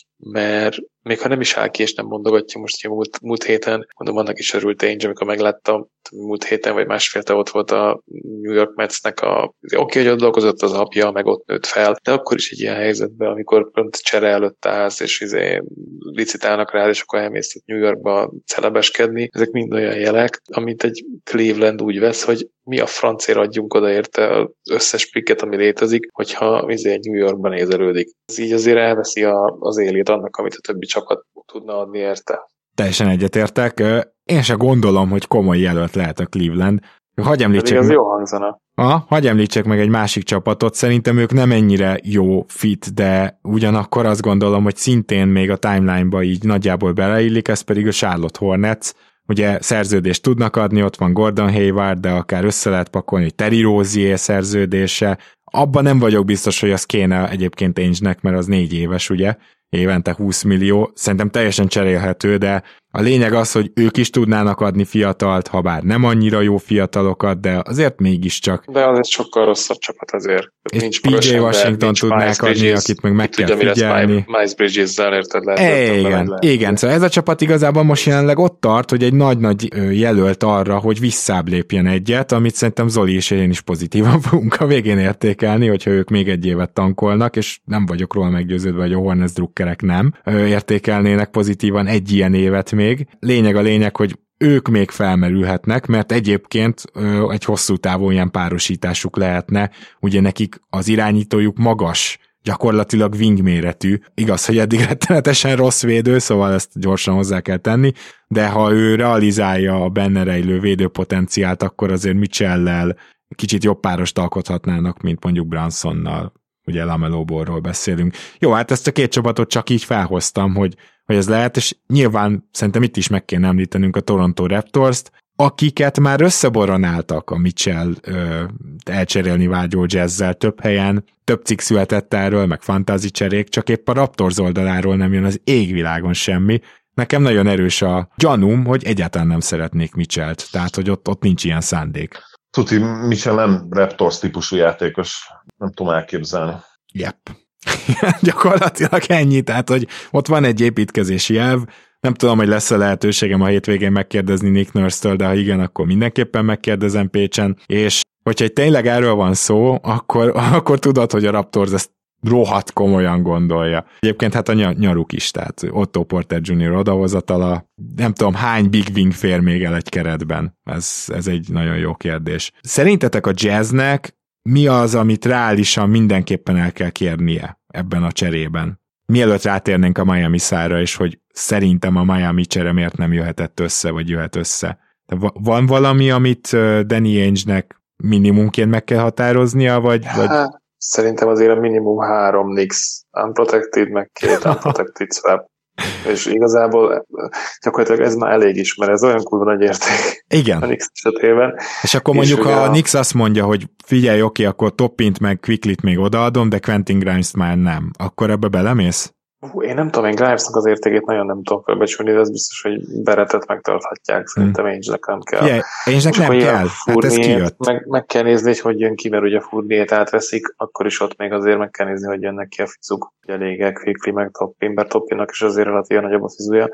mert még ha nem is áll ki, és nem mondogatja most, hogy múlt, múlt héten, mondom, annak is örült Ainge, amikor megláttam, múlt héten, vagy másfélte ott volt a New York Metsnek a, oké, okay, hogy ott dolgozott az apja, meg ott nőtt fel, de akkor is egy ilyen helyzetben, amikor pont csere előtt állsz, és izé licitálnak rád, és akkor elmész New Yorkba celebeskedni. Ezek mind olyan jelek, amit egy Cleveland úgy vesz, hogy mi a francér adjunk oda érte az összes picket, ami létezik, hogyha izé New Yorkban nézelődik. Ez így azért elveszi a, az élét annak, amit a többi csapat tudna adni érte. Teljesen egyetértek. Én se gondolom, hogy komoly jelölt lehet a Cleveland. Hagy említsek, meg... jó hangzana. Aha, hagy említsek meg egy másik csapatot, szerintem ők nem ennyire jó fit, de ugyanakkor azt gondolom, hogy szintén még a timeline-ba így nagyjából beleillik, ez pedig a Charlotte Hornets. Ugye szerződést tudnak adni, ott van Gordon Hayward, de akár össze lehet pakolni Terry Rozier szerződése. Abban nem vagyok biztos, hogy az kéne egyébként Ainge-nek, mert az négy éves, ugye, évente húsz millió. Szerintem teljesen cserélhető, de A lényeg az, hogy ők is tudnának adni fiatalt, ha bár nem annyira jó fiatalokat, de azért mégiscsak. De az egy sokkal rosszabb csapat azért. És nincs pé jé Washington tudnák adni, akit meg meg kell tudja, figyelni. Miles Bridges-zel érted lehet. É, igen, lehet. igen, szóval ez a csapat igazából most jelenleg ott tart, hogy egy nagy-nagy jelölt arra, hogy visszább lépjen egyet, amit szerintem Zoli és én is pozitívan fogunk a végén értékelni, hogyha ők még egy évet tankolnak, és nem vagyok róla meggyőződve, hogy a Hornets drukkerek nem értékelnének pozitívan egy ilyen évet még. Lényeg a lényeg, hogy ők még felmerülhetnek, mert egyébként ö, egy hosszú távú ilyen párosításuk lehetne, ugye nekik az irányítójuk magas, gyakorlatilag wing méretű. Igaz, hogy eddig rettenetesen rossz védő, szóval ezt gyorsan hozzá kell tenni, de ha ő realizálja a benne rejlő védőpotenciált, akkor azért Mitchell-lel kicsit jobb párost alkothatnának, mint mondjuk Brunsonnal. Ugye LaMelo Ballról beszélünk. Jó, hát ezt a két csapatot csak így felhoztam, hogy, hogy ez lehet, és nyilván szerintem itt is meg kéne említenünk a Toronto Raptors-t, akiket már összeboronáltak a Mitchell ö, elcserélni vágyó Jazz-zel több helyen, több cikk született erről, meg fantasy cserék, csak épp a Raptors oldaláról nem jön az égvilágon semmi. Nekem nagyon erős a gyanúm, hogy egyáltalán nem szeretnék Mitchellt, tehát hogy ott, ott nincs ilyen szándék. Tuti, Mitchell nem Raptors típusú játékos, nem tudom elképzelni. Jep. Gyakorlatilag ennyi, tehát hogy ott van egy építkezési elv, nem tudom, hogy lesz a lehetőségem a hétvégén megkérdezni Nick Nurse-től, de ha igen, akkor mindenképpen megkérdezem Pécsen, és hogyha tényleg erről van szó, akkor, akkor tudod, hogy a Raptors ezt rohadt komolyan gondolja. Egyébként hát a nyaruk is, tehát Otto Porter junior odahozatala, nem tudom hány big wing fér még el egy keretben. Ez, ez egy nagyon jó kérdés. Szerintetek a Jazznek mi az, amit reálisan mindenképpen el kell kérnie ebben a cserében? Mielőtt rátérnénk a Miami szára, és hogy szerintem a Miami csere miért nem jöhetett össze, vagy jöhet össze. De van valami, amit Danny Ainge-nek minimumként meg kell határoznia, vagy... vagy... Szerintem azért a minimum három Knicks unprotected, meg két unprotected swap. És igazából gyakorlatilag ez már elég is, mert ez olyan kurva nagy érték. Igen. A Knicks esetében. És akkor mondjuk, és ha a Knicks azt mondja, hogy figyelj, oké, akkor Toppint meg Quicklyt még odaadom, de Quentin Grimes már nem. Akkor ebbe belemész? Hú, én nem tudom, én Grimesnak az értékét nagyon nem tudom felbecsülni, de ez biztos, hogy Beretet megtarthatják. Szerintem hmm. Ainge-nek nem kell. Yeah, Ainge-nek nem kell. Hát ez kijött. Meg, meg kell nézni, hogy hogy jön ki, mert ugye Fournier-t átveszik, akkor is ott még azért meg kell nézni, hogy jönnek ki a fizuk. Ugye elég Quickly meg Toppin, bár Toppinnak is azért relatíve nagyobb a fizuja,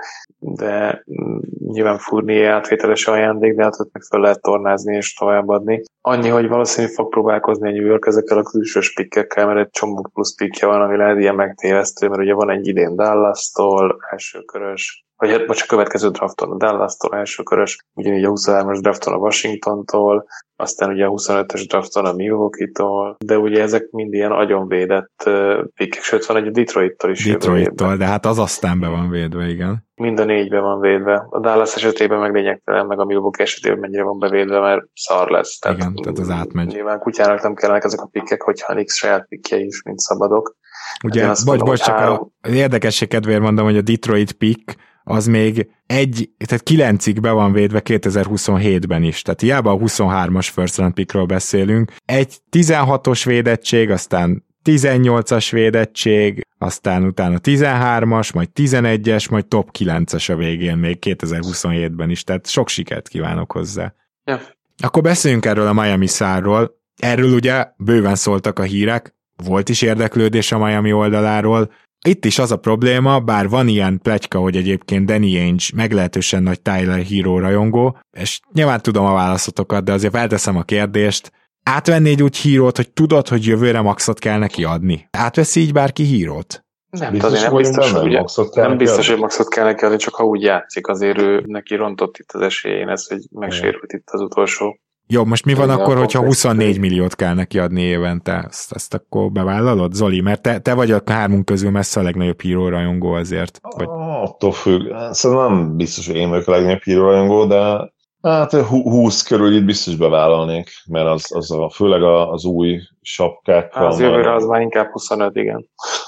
de nyilván Fournier átvételes ajándék, de hát ott meg fel lehet tornázni és továbbadni. Annyi, hogy valószínűleg fog próbálkozni a New York ezekkel a külsős pikkekkel, mert egy csomó plusz pikkje van, ami lehet ilyen megtévesztő, mert ugye van egy idén Dallas-tól, elsőkörös, vagy hát most a következő drafton a Dallas-tól elsőkörös, ugyanígy a huszonhármas drafton a Washingtontól, aztán ugye a huszonötös drafton a Milwaukee-tól, de ugye ezek mind ilyen agyonvédett uh, pikkek, sőt van egy a Detroit-tól is. Detroit-tól, de hát az aztán be van védve, igen. Mind a négybe van védve. A Dallas esetében meg lényegtelen, meg a Milwaukee esetében mennyire van bevédve, mert szar lesz. Tehát, igen, tehát az átmegy. Nyilván kutyának nem kellenek ezek a pikkek, hogyha Nix saját pikkjei is, mint szabadok. Ugye, bocs, mondom, bocs, csak három... a érdekesség kedvéért mondom, hogy a Detroit pick az még egy, tehát kilencig be van védve kétezer-huszonhétben is, tehát hiába a huszonhármas first round pickről beszélünk. Egy tizenhatos védettség, aztán tizennyolcas védettség, aztán utána tizenhármas, majd tizenegyes, majd top kilences a végén még kétezer-huszonhétben is, tehát sok sikert kívánok hozzá. Ja. Akkor beszéljünk erről a Miami szárról. Erről ugye bőven szóltak a hírek, volt is érdeklődés a Miami oldaláról. Itt is az a probléma, bár van ilyen pletyka, hogy egyébként Danny Ainge meglehetősen nagy Tyler Hero rajongó, és nyilván tudom a válaszotokat, de azért felteszem a kérdést, átvennéd úgy Hero-t, hogy tudod, hogy jövőre maxot kell neki adni? Átveszi így bárki Hero-t? Nem, biztos, azért nem biztos, hogy, nem, nem biztos, hogy maxot kell neki adni, csak ha úgy játszik, azért ő neki rontott itt az esélyén ez, hogy megsérült itt az utolsó. Jó, most mi van akkor, hogyha huszonnégy milliót kell neki adni évente? Ezt, ezt akkor bevállalod, Zoli? Mert te, te vagy a hármunk közül messze a legnagyobb Hero rajongó azért. Vagy... Attól függ. Szerintem nem biztos, hogy én vagyok a legnagyobb Hero rajongó, de hát húsz körül itt biztos bevállalnék, mert az, az a, főleg az új sapkákkal. Az jövőre az már inkább huszonöt, igen.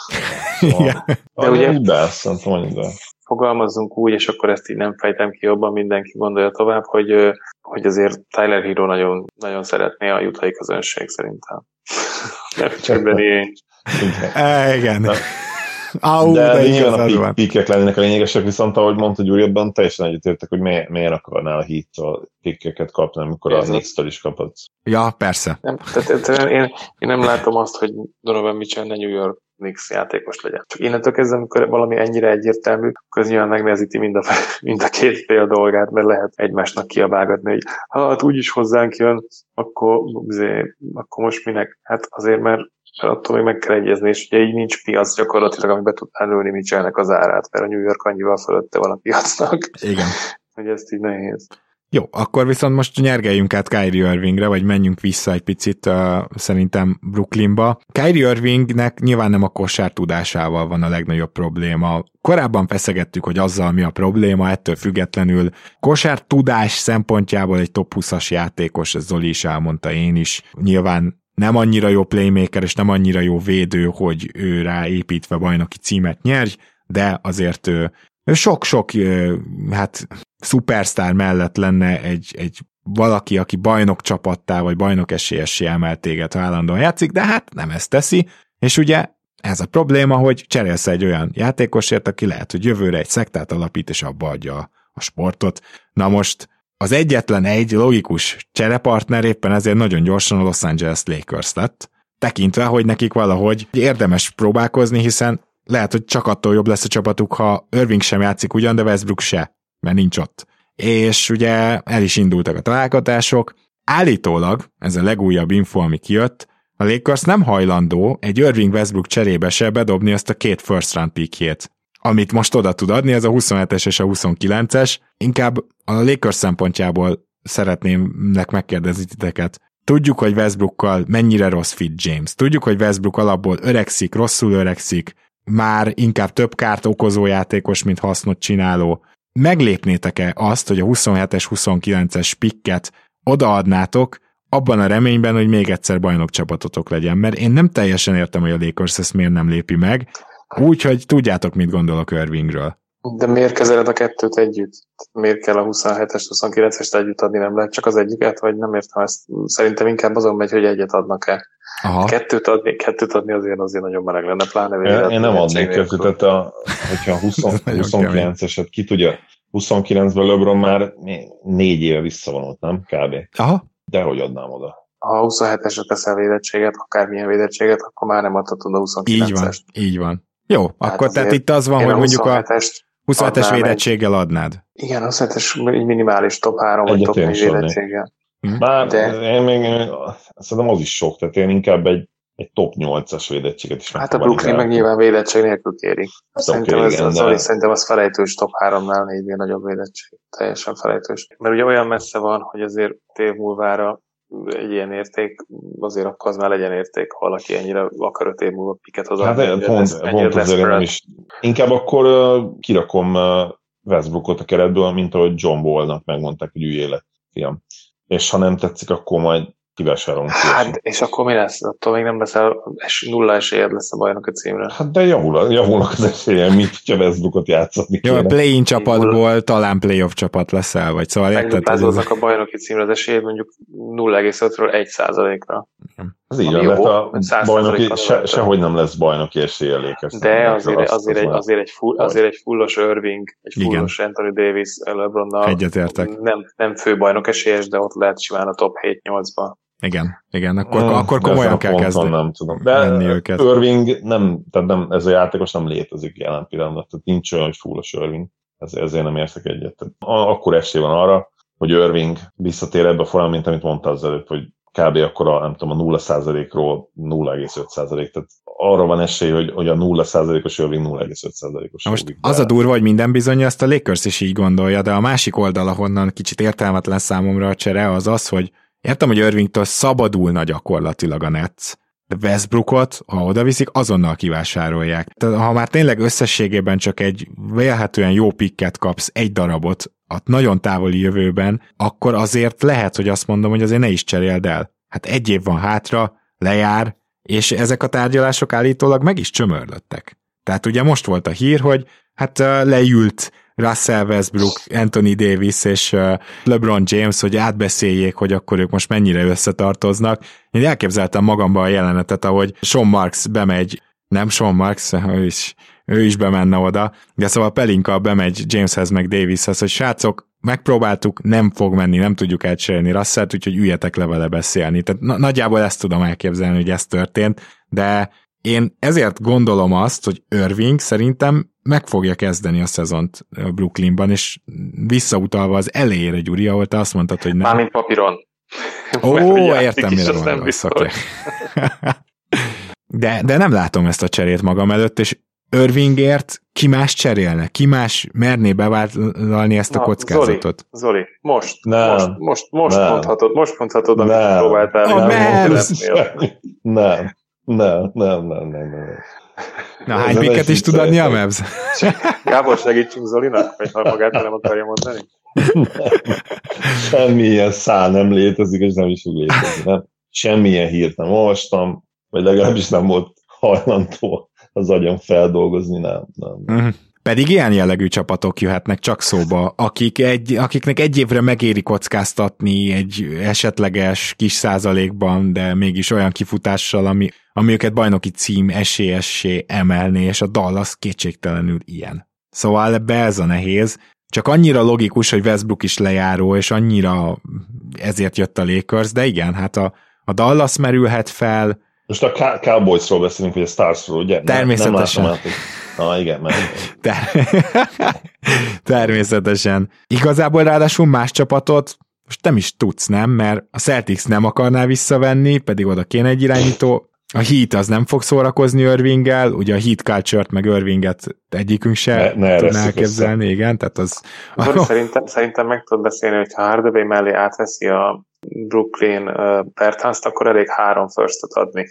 Igen. De ugye be, szerintem annyira. Fogalmazzunk úgy, és akkor ezt így nem fejtem ki jobban, mindenki gondolja tovább, hogy, hogy azért Tyler Hero nagyon, nagyon szeretné a juthai közönség szerintem. Nem csak Danny Ainge. Igen. Na, Au, de, de, de nyilván a pik, van. pikek lennének a lényegesek, viszont ahogy mondta Gyuri, abban teljesen egyetértek, hogy miért, miért akarnál a Heat-től pikeket kapni, amikor a Knicks-től is kaphatsz. Ja, persze. Nem, tehát, tehát én, én nem látom azt, hogy Donovan Mitchell ne New York Knicks játékos legyen. Csak innentől kezdve, amikor valami ennyire egyértelmű, akkor ez nyilván megnehezíti mind a, mind a két fél dolgát, mert lehet egymásnak kiabálgatni, hogy hát úgyis hozzánk jön, akkor, azért, akkor most minek? Hát azért, mert attól még meg kell egyezni, és ugye így nincs piac gyakorlatilag, amiben tudnál lőni Mitchellnek az árát, mert a New York annyival fölötte van a piacnak. Igen. Hogy ezt így nehéz. Jó, akkor viszont most nyergeljünk át Kyrie Irvingre, vagy menjünk vissza egy picit uh, szerintem Brooklynba. Kyrie Irvingnek nyilván nem a kosár tudásával van a legnagyobb probléma. Korábban feszegettük, hogy azzal mi a probléma, ettől függetlenül kosár tudás szempontjából egy top húszas játékos, ez Zoli is elmondta, én is. Nyilván nem annyira jó playmaker, és nem annyira jó védő, hogy ő rá építve bajnoki címet nyerj, de azért ő sok-sok hát szupersztár mellett lenne egy, egy valaki, aki bajnok csapattá, vagy bajnok esélyessé emel téged, ha állandóan játszik, de hát nem ezt teszi, és ugye ez a probléma, hogy cserélsz egy olyan játékosért, aki lehet, hogy jövőre egy szektát alapít, és abba adja a, a sportot. Na most az egyetlen egy logikus cserepartner éppen ezért nagyon gyorsan a Los Angeles Lakers lett, tekintve, hogy nekik valahogy érdemes próbálkozni, hiszen lehet, hogy csak attól jobb lesz a csapatuk, ha Irving sem játszik ugyan, de Westbrook se, mert nincs ott. És ugye el is indultak a találgatások. Állítólag, ez a legújabb info, ami kijött, a Lakers nem hajlandó egy Irving Westbrook cserébe se bedobni azt a két first round pickjét, amit most oda tud adni, ez a huszonhetes és a huszonkilences. Inkább a Lakers szempontjából szeretnémnek megkérdezni titeket. Tudjuk, hogy Westbrookkal mennyire rossz fit James. Tudjuk, hogy Westbrook alapból öregszik, rosszul öregszik, már inkább több kárt okozó játékos, mint hasznot csináló. Meglépnétek-e azt, hogy a huszonhetes, huszonkilences picket odaadnátok, abban a reményben, hogy még egyszer bajnok csapatotok legyen? Mert én nem teljesen értem, hogy a Lakers ezt miért nem lépi meg, úgyhogy tudjátok, mit gondolok Irvingről. De miért kezeled a kettőt együtt? Miért kell a huszonhetes, huszonkilencest együtt adni, nem lehet csak az egyiket, vagy nem értem ezt? Szerintem inkább azon megy, hogy egyet adnak-e. Aha. Kettőt adni, kettőt adni azért azért nagyon meleg lenne, pláne Én, én nem adnék kettőt, tehát a, hogyha a huszonkilenceset ki tudja, huszonkilencben LeBron már négy éve visszavonult, nem? Kb. Aha. De hogy adnám oda? Ha a huszonhetesre teszel védettséget, akármilyen védettséget, akkor már nem adhatod a huszonkilencest. Így van, így van. Jó, hát akkor tehát itt az van, hogy mondjuk a huszonhetes védettséggel adnád. Igen, a huszonhetes minimális top három vagy top négy védettséggel. Már de... én még szerintem az is sok, tehát én inkább egy, egy top nyolcas védettséget is. Hát a Brooklyn meg nyilván védettség nélkül kéri. Szerintem, okay, ez, igen, az, de... szerintem az felejtős top háromnál négynél nagyobb védettség. Teljesen felejtős. Mert ugye olyan messze van, hogy azért év múlvára egy ilyen érték, azért akkor az már legyen érték, ha valaki ennyire akar öt év múlva piket hozzá. Hát pont, lesz, pont azért nem is. Inkább akkor uh, kirakom uh, Westbrookot a keretből, mint ahogy John Wallnak megmondták, hogy üljél le, fiam. És ha nem tetszik, akkor majd kivásárolunk. Hát, és akkor mi lesz? Attól még nem leszel, nulla esélyed lesz a bajnoki címre. Hát de javul, javulnak az esélyen, mint hogyha Westbrookot játszani. Jó, a play-in csapatból talán playoff csapat leszel, vagy szóval érted? Meglupázódnak a bajnoki címre az esélyed mondjuk nulla egész ötről egy százalékra. Ez így van, mert a bajnoki se, sehogy nem lesz bajnoki esélye Lakers. De azért, azért, azért, egy, azért, egy full, azért egy fullos Irving, egy fullos Anthony Davis LeBronnal egyetértek. Nem, nem fő bajnok esélyes, de ott lehet simán a top hét-nyolcba. Igen, igen, akkor, hmm, akkor komolyan kell kezdeni. Nem tudom. De Irving nem, tehát nem, ez a játékos nem létezik jelen pillanatban, tehát nincs olyan, hogy fullos Irving. Ez, ezért nem értek egyet. Tehát akkor esély van arra, hogy Irving visszatér ebbe a formában, mint amit mondta az előbb, hogy kb. Akkor a, nem tudom, a nulla százalékról nulla egész öt százalék. Tehát arra van esély, hogy, hogy a nulla százalékos Irving nulla egész öt százalékos. Most de... az a durva, hogy minden bizony ezt a Lakers is így gondolja, de a másik oldal, ahonnan kicsit értelmetlen számomra a csere, az az, hogy értem, hogy Irvingtől szabadulna gyakorlatilag a Nets, de Westbrookot, ha odaviszik, azonnal kivásárolják. Tehát, ha már tényleg összességében csak egy vélhetően jó pikket kapsz, egy darabot, a nagyon távoli jövőben, akkor azért lehet, hogy azt mondom, hogy azért ne is cseréld el. Hát egy év van hátra, lejár, és ezek a tárgyalások állítólag meg is csömörlöttek. Tehát ugye most volt a hír, hogy hát leült Russell Westbrook, Anthony Davis és LeBron James, hogy átbeszéljék, hogy akkor ők most mennyire összetartoznak. Én elképzeltem magamban a jelenetet, ahogy Sean Marks bemegy, nem Sean Marks, ő is ő is bemenne oda, de szóval Pelinka bemegy Jameshez meg Davishez, hogy srácok, megpróbáltuk, nem fog menni, nem tudjuk elcserélni Russellt, úgyhogy üljetek le vele beszélni. Tehát na- nagyjából ezt tudom elképzelni, hogy ez történt, de én ezért gondolom azt, hogy Irving szerintem meg fogja kezdeni a szezont Brooklynban, és visszautalva az elejére, Gyuri, ahol te azt mondtad, hogy nem. Mármint papíron. Ó, értem, mire gondolsz. Okay. de, de nem látom ezt a cserét magam előtt, és Irvingért ki más cserélne? Ki más merné bevállalni ezt a Na, kockázatot? Zoli, Zoli most, nem, most, most, most nem, mondhatod, most mondhatod, amit nem, próbáltál. A nem, nem, nem, nem, nem, nem, nem. Na, hány pikket is tud adni a Mavs? Gábor, segítsünk Zolinak, vagy ha magát nem akarja mondani? Semmilyen szál nem létezik, és nem is fog létezni. Nem? Semmilyen hírt nem olvastam, vagy legalábbis nem volt hajlandó az agyam feldolgozni, nem. nem, nem. Uh-huh. Pedig ilyen jellegű csapatok jöhetnek csak szóba, akik egy, akiknek egy évre megéri kockáztatni egy esetleges kis százalékban, de mégis olyan kifutással, ami, ami őket bajnoki cím esélyessé emelné, és a Dallas kétségtelenül ilyen. Szóval ebbe ez a nehéz. Csak annyira logikus, hogy Westbrook is lejáró, és annyira ezért jött a Lakers, de igen, hát a, a Dallas merülhet fel. Most a Cowboysról beszélünk, vagy a Starsról, ugye? Természetesen. Nem, nem Na igen, mert... Ter- Természetesen. Igazából ráadásul más csapatot most nem is tudsz, nem? Mert a Celtics nem akarná visszavenni, pedig oda kéne egy irányító. A Heat az nem fog szórakozni Irvinggel, ugye a Heat culture-t meg Irvinget egyikünk se ne, ne tudná elképzelni, igen, tehát az... Zoli, szerintem, szerintem meg tudod beszélni, hogy ha Hardaway mellé átveszi a Brooklyn uh, Bertans-t, akkor elég három firstot adni.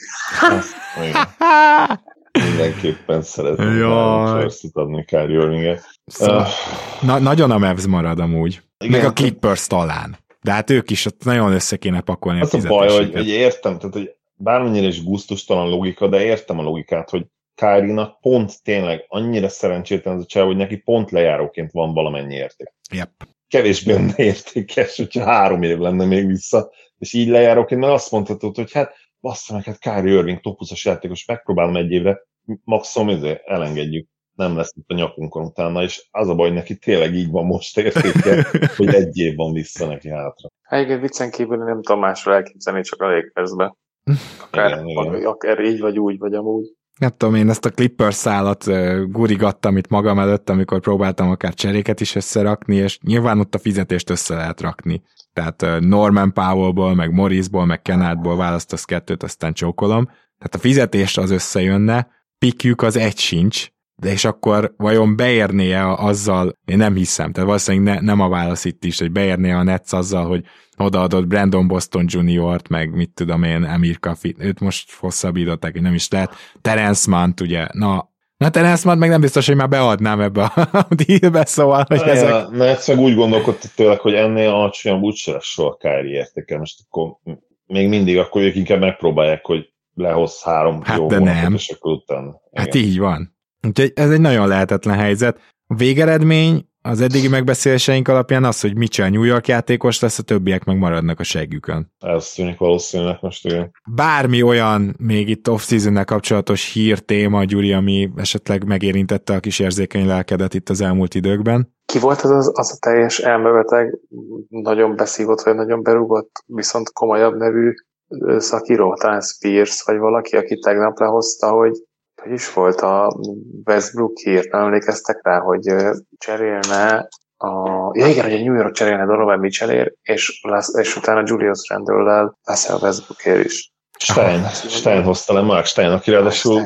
Mindenképpen szeretném három firstot adni Kyrie Irvinget. Szóval, uh, na, nagyon a Mavs marad amúgy. Igen, meg a Clippers talán. De hát ők is ott nagyon össze kéne pakolni az a fizetéseket. Az a baj, hogy, hogy értem, tehát hogy bármennyire is gusztustalan logika, de értem a logikát, hogy Kyrie-nak pont tényleg annyira szerencsétlen ez a csáv, hogy neki pont lejáróként van valamennyi érték. Yep. Kevésbé lenne értékes, hogyha három év lenne még vissza, és így lejáróként, mert azt mondhatod, hogy hát bassza meg, hát Kyrie Irving top huszas játékos, megpróbálom egy évre, maximum ezért elengedjük, nem lesz itt a nyakunkon utána, és az a baj, neki tényleg így van most értéke, hogy egy év van vissza neki hátra. Egyébként viccen kívül nem tudom másról elképzelni, csak a Lakersbe. Akár, igen, igen. akár így, vagy úgy, vagy amúgy. Nem tudom, én ezt a Clippers szálat uh, gurigattam itt magam előtt, amikor próbáltam akár cseréket is összerakni, és nyilván ott a fizetést össze lehet rakni. Tehát uh, Norman Powellból, meg Morrisból, meg Kennardból választasz kettőt, aztán csókolom. Tehát a fizetés az összejönne, pikjük az egy sincs, de és akkor vajon beérné-e azzal, én nem hiszem, tehát valószínűleg ne, nem a válasz itt is, hogy beérné a Nets azzal, hogy odaadott Brandon Boston juniort, meg mit tudom én, Amir Kafi, őt most hosszabbították, hogy nem is lehet, Terence Mann, ugye, na, na Terence Mann meg nem biztos, hogy már beadnám ebbe a dealbe, szóval, hogy na, ezek... Ja, Nets meg úgy gondolkodtak tőleg, hogy ennél alacsonyabb úgyse lesz soha Kyrie értéke, most akkor még mindig akkor ők inkább megpróbálják, hogy lehoz három hát jó vonatot, és akkor utána. Hát így van. Úgyhogy ez egy nagyon lehetetlen helyzet. A végeredmény az eddigi megbeszéléseink alapján az, hogy Mitchell New York játékos lesz, a többiek meg maradnak a seggükön. Ez tűnik valószínűleg most, igen. Bármi olyan még itt off-season-nel kapcsolatos hír, téma, Gyuri, ami esetleg megérintette a kis érzékeny lelkedet itt az elmúlt időkben? Ki volt az, az, az a teljes elmebeteg, nagyon beszívott, vagy nagyon berúgott, viszont komolyabb nevű szakíró, talán Spears, vagy valaki, aki tegnap lehozta, hogy hogy is volt a Westbrook hírt, nem emlékeztek rá, hogy cserélne a... Ja igen, hogy a New York cserélne Donovan Mitchellért, és, és utána Julius Randle-lel lesz a Westbrookért is. Stein, Stein hozta le, Mark Stein, aki ráadásul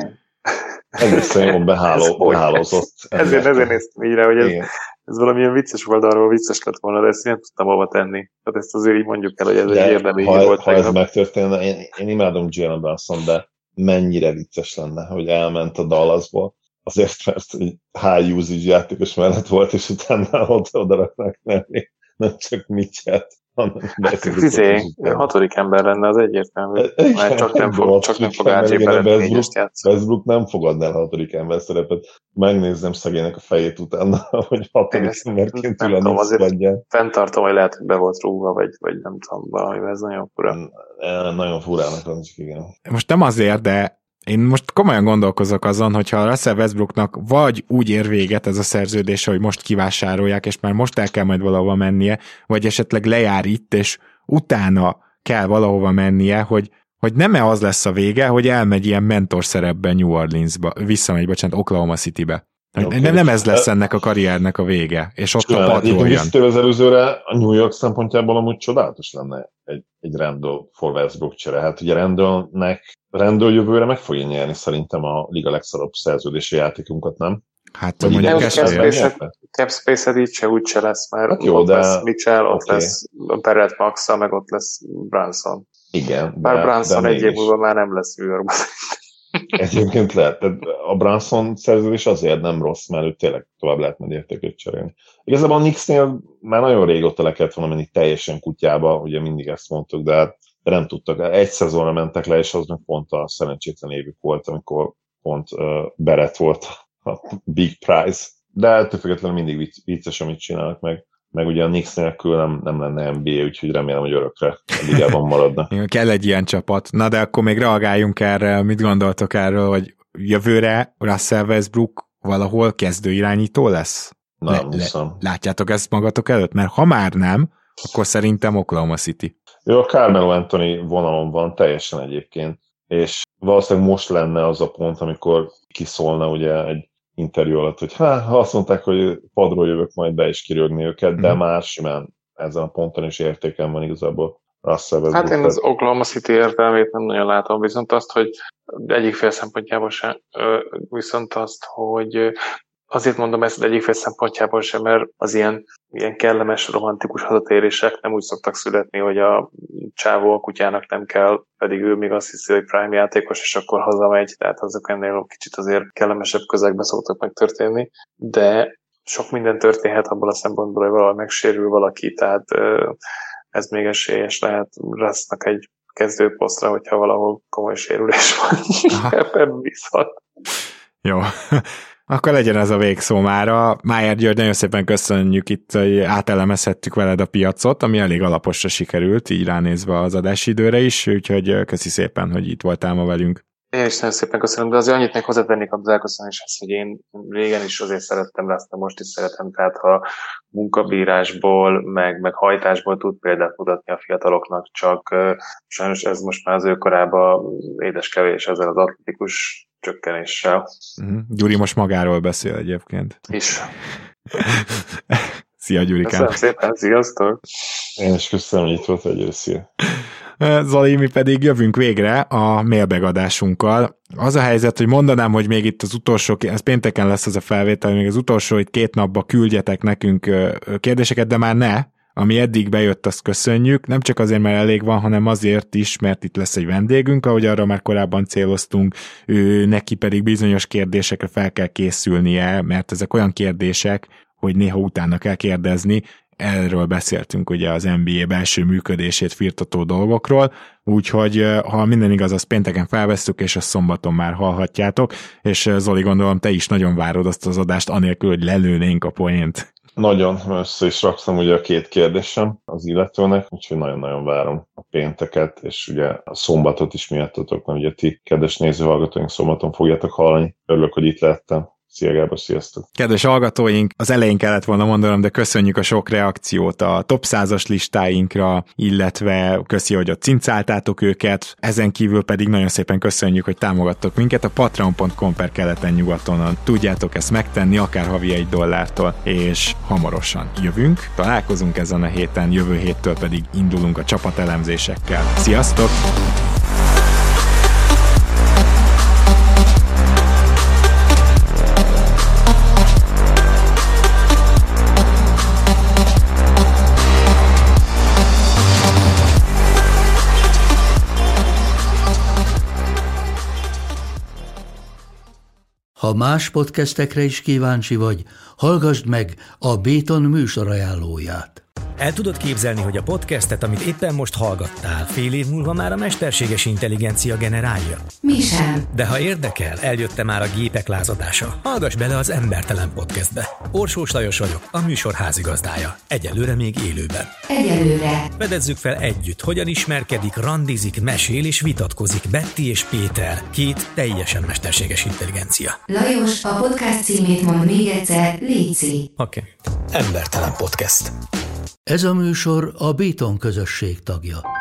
egészen jól beháló, behálózott. Ezért, ezért néztem így rá, hogy ez, ez valamilyen vicces oldalról vicces lett volna, de ezt nem tudtam hova tenni. Tehát ezt azért így mondjuk el, hogy ez de egy érdemi hír volt. Ha ez megtörténne, én, én imádom Jalen Brunson, de mennyire vicces lenne, hogy elment a Dallasból, azért, mert egy high usage játékos mellett volt, és utána oda raknak mellé, nem csak Mitchell-t, hanem Fizé, hatodik ember lenne, az egyértelmű, mert csak nem fog, csak nem fog á gé-ben eredményest játszani. Westbrook nem fogadná el a hatodik ember szerepet. Megnézzem szegénynek a fejét utána, hogy hatodik emberként ül a Knicks legyen. Fenntartom, hogy lehet, hogy be volt rúgva, vagy, vagy nem tudom, valamivel ez nagyon fura. Nagyon furának az, igen. Most nem azért, de Én most komolyan gondolkozok azon, hogyha Russell Westbrooknak vagy úgy ér véget ez a szerződése, hogy most kivásárolják, és már most el kell majd valahova mennie, vagy esetleg lejár itt, és utána kell valahova mennie, hogy, hogy nem-e az lesz a vége, hogy elmegy ilyen mentor szerepben New Orleansba, visszamegy, bocsánat, Oklahoma Citybe. Okay. Nem, nem ez lesz ennek a karriernek a vége, és ott a patroljon. Visszatérve az előzőre, a New York szempontjából amúgy csodálatos lenne egy, egy Randall for Westbrook csere. Hát ugye Randallnek, Randall jövőre meg fogja nyerni szerintem a liga legszarabb szerződési játékunkat, nem? Hát vagy mondjuk Cap Space-ed így se úgy se lesz, mert hát jó, ott de... lesz Mitchell, ott okay. lesz Barrett Maxa, meg ott lesz Brunson. Igen. Bár Brunson egy év múlva már nem lesz New Yorkban. Egyébként lehet, a Brunson szerződés azért nem rossz, mert ő tényleg tovább lehet menni értékét cserélni. Igazából a Knicksnél már nagyon régóta le kellett volna menni teljesen kutyába, ugye mindig ezt mondtuk, de hát nem tudtak. Egy szezonra mentek le, és az meg pont a szerencsétlen évük volt, amikor pont uh, Barrett volt a big prize. De ettől függetlenül mindig vicces, amit csinálnak meg. Meg ugye a Knicks nélkül nem, nem lenne en bé á, úgyhogy remélem, hogy örökre a ligában maradna. Kell egy ilyen csapat. Na de akkor még reagáljunk erre, mit gondoltok erről, hogy jövőre Russell Westbrook valahol kezdő irányító lesz? Nem, le, le, látjátok ezt magatok előtt? Mert ha már nem, akkor szerintem Oklahoma City. Jó, a Carmelo Anthony vonalon van teljesen egyébként, és valószínűleg most lenne az a pont, amikor kiszólna ugye egy interjú alatt, hogy hát, ha azt mondták, hogy padról jövök majd be és kirögni őket, de mm. már simán ezen a ponton is értéken van igazából Russell Westbrook. Hát én az Oklahoma City értelmét nem nagyon látom, viszont azt, hogy egyik fél szempontjából sem, viszont azt, hogy azért mondom ezt egyik fél szempontjából sem, mert az ilyen, ilyen kellemes, romantikus hazatérések nem úgy szoktak születni, hogy a csávó a kutyának nem kell, pedig ő még azt hiszi, hogy prime játékos, és akkor hazamegy, tehát azok ennél kicsit azért kellemesebb közegben szoktak megtörténni, de sok minden történhet abból a szempontból, hogy valahol megsérül valaki, tehát ez még esélyes lehet Russnak egy kezdőposztra, hogyha valahol komoly sérülés van. Ebben viszont. Jó. Akkor legyen ez a végszó mára. Májer György, nagyon szépen köszönjük itt, hogy átelemezhettük veled a piacot, ami elég alaposra sikerült, így ránézve az adási időre is, úgyhogy köszi szépen, hogy itt voltál ma velünk. Én is nagyon szépen köszönöm, de azért annyit még hozzátennék az elköszönéshez, hogy én régen is azért szerettem rá, aztán most is szeretem, tehát ha munkabírásból, meg, meg hajtásból tud példát mutatni a fiataloknak, csak uh, sajnos ez most már az ő korában édeskevés ezzel az atletikus csökkenéssel. Uh-huh. Gyuri most magáról beszél egyébként. Is. Szia, Gyurikám. Köszönöm szépen, sziasztok! Én is köszönöm, hogy itt volt egy szia. Zoli, mi pedig jövünk végre a mailbag-adásunkkal. Az a helyzet, hogy mondanám, hogy még itt az utolsó, ez pénteken lesz az a felvétel, még az utolsó, hogy két napba küldjetek nekünk kérdéseket, de már ne, ami eddig bejött, azt köszönjük, nem csak azért, mert elég van, hanem azért is, mert itt lesz egy vendégünk, ahogy arra már korábban céloztunk, ő neki pedig bizonyos kérdésekre fel kell készülnie, mert ezek olyan kérdések, hogy néha utána kell kérdezni. Erről beszéltünk ugye az en bé á belső működését firtató dolgokról, úgyhogy ha minden igaz, azt pénteken felvesszük, és azt szombaton már hallhatjátok, és Zoli, gondolom, te is nagyon várod azt az adást, anélkül, hogy lelőnénk a poént. Nagyon, össze is rakszom ugye a két kérdésem az illetőnek, úgyhogy nagyon-nagyon várom a pénteket, és ugye a szombatot is miattatok, mert ugye ti, kedves nézőhallgatóink, szombaton fogjátok hallani. Örülök, hogy itt lehettem. Szia Gábor, sziasztok! Kedves hallgatóink, az elején kellett volna mondanom, de köszönjük a sok reakciót a top százas listáinkra, illetve köszi, hogy ott cincáltátok őket, ezen kívül pedig nagyon szépen köszönjük, hogy támogattok minket a patreon pont com per keleten-nyugatonon. Tudjátok ezt megtenni, akár havi egy dollártól, és hamarosan jövünk. Találkozunk ezen a héten, jövő héttől pedig indulunk a csapatelemzésekkel. Sziasztok! Ha más podcastekre is kíváncsi vagy, hallgassd meg a Béton műsor ajánlóját. El tudod képzelni, hogy a podcastet, amit éppen most hallgattál, fél év múlva már a mesterséges intelligencia generálja? Mi sem. De ha érdekel, eljött már a gépek lázadása. Hallgass bele az Embertelen Podcastbe. Orsós Lajos vagyok, a műsor házigazdája. Egyelőre még élőben. Egyelőre. Fedezzük fel együtt, hogyan ismerkedik, randizik, mesél és vitatkozik Betty és Péter, két teljesen mesterséges intelligencia. Lajos, a podcast címét mond még egyszer, léci. Oké. Okay. Embertelen Podcast. Ez a műsor a Béton közösség tagja.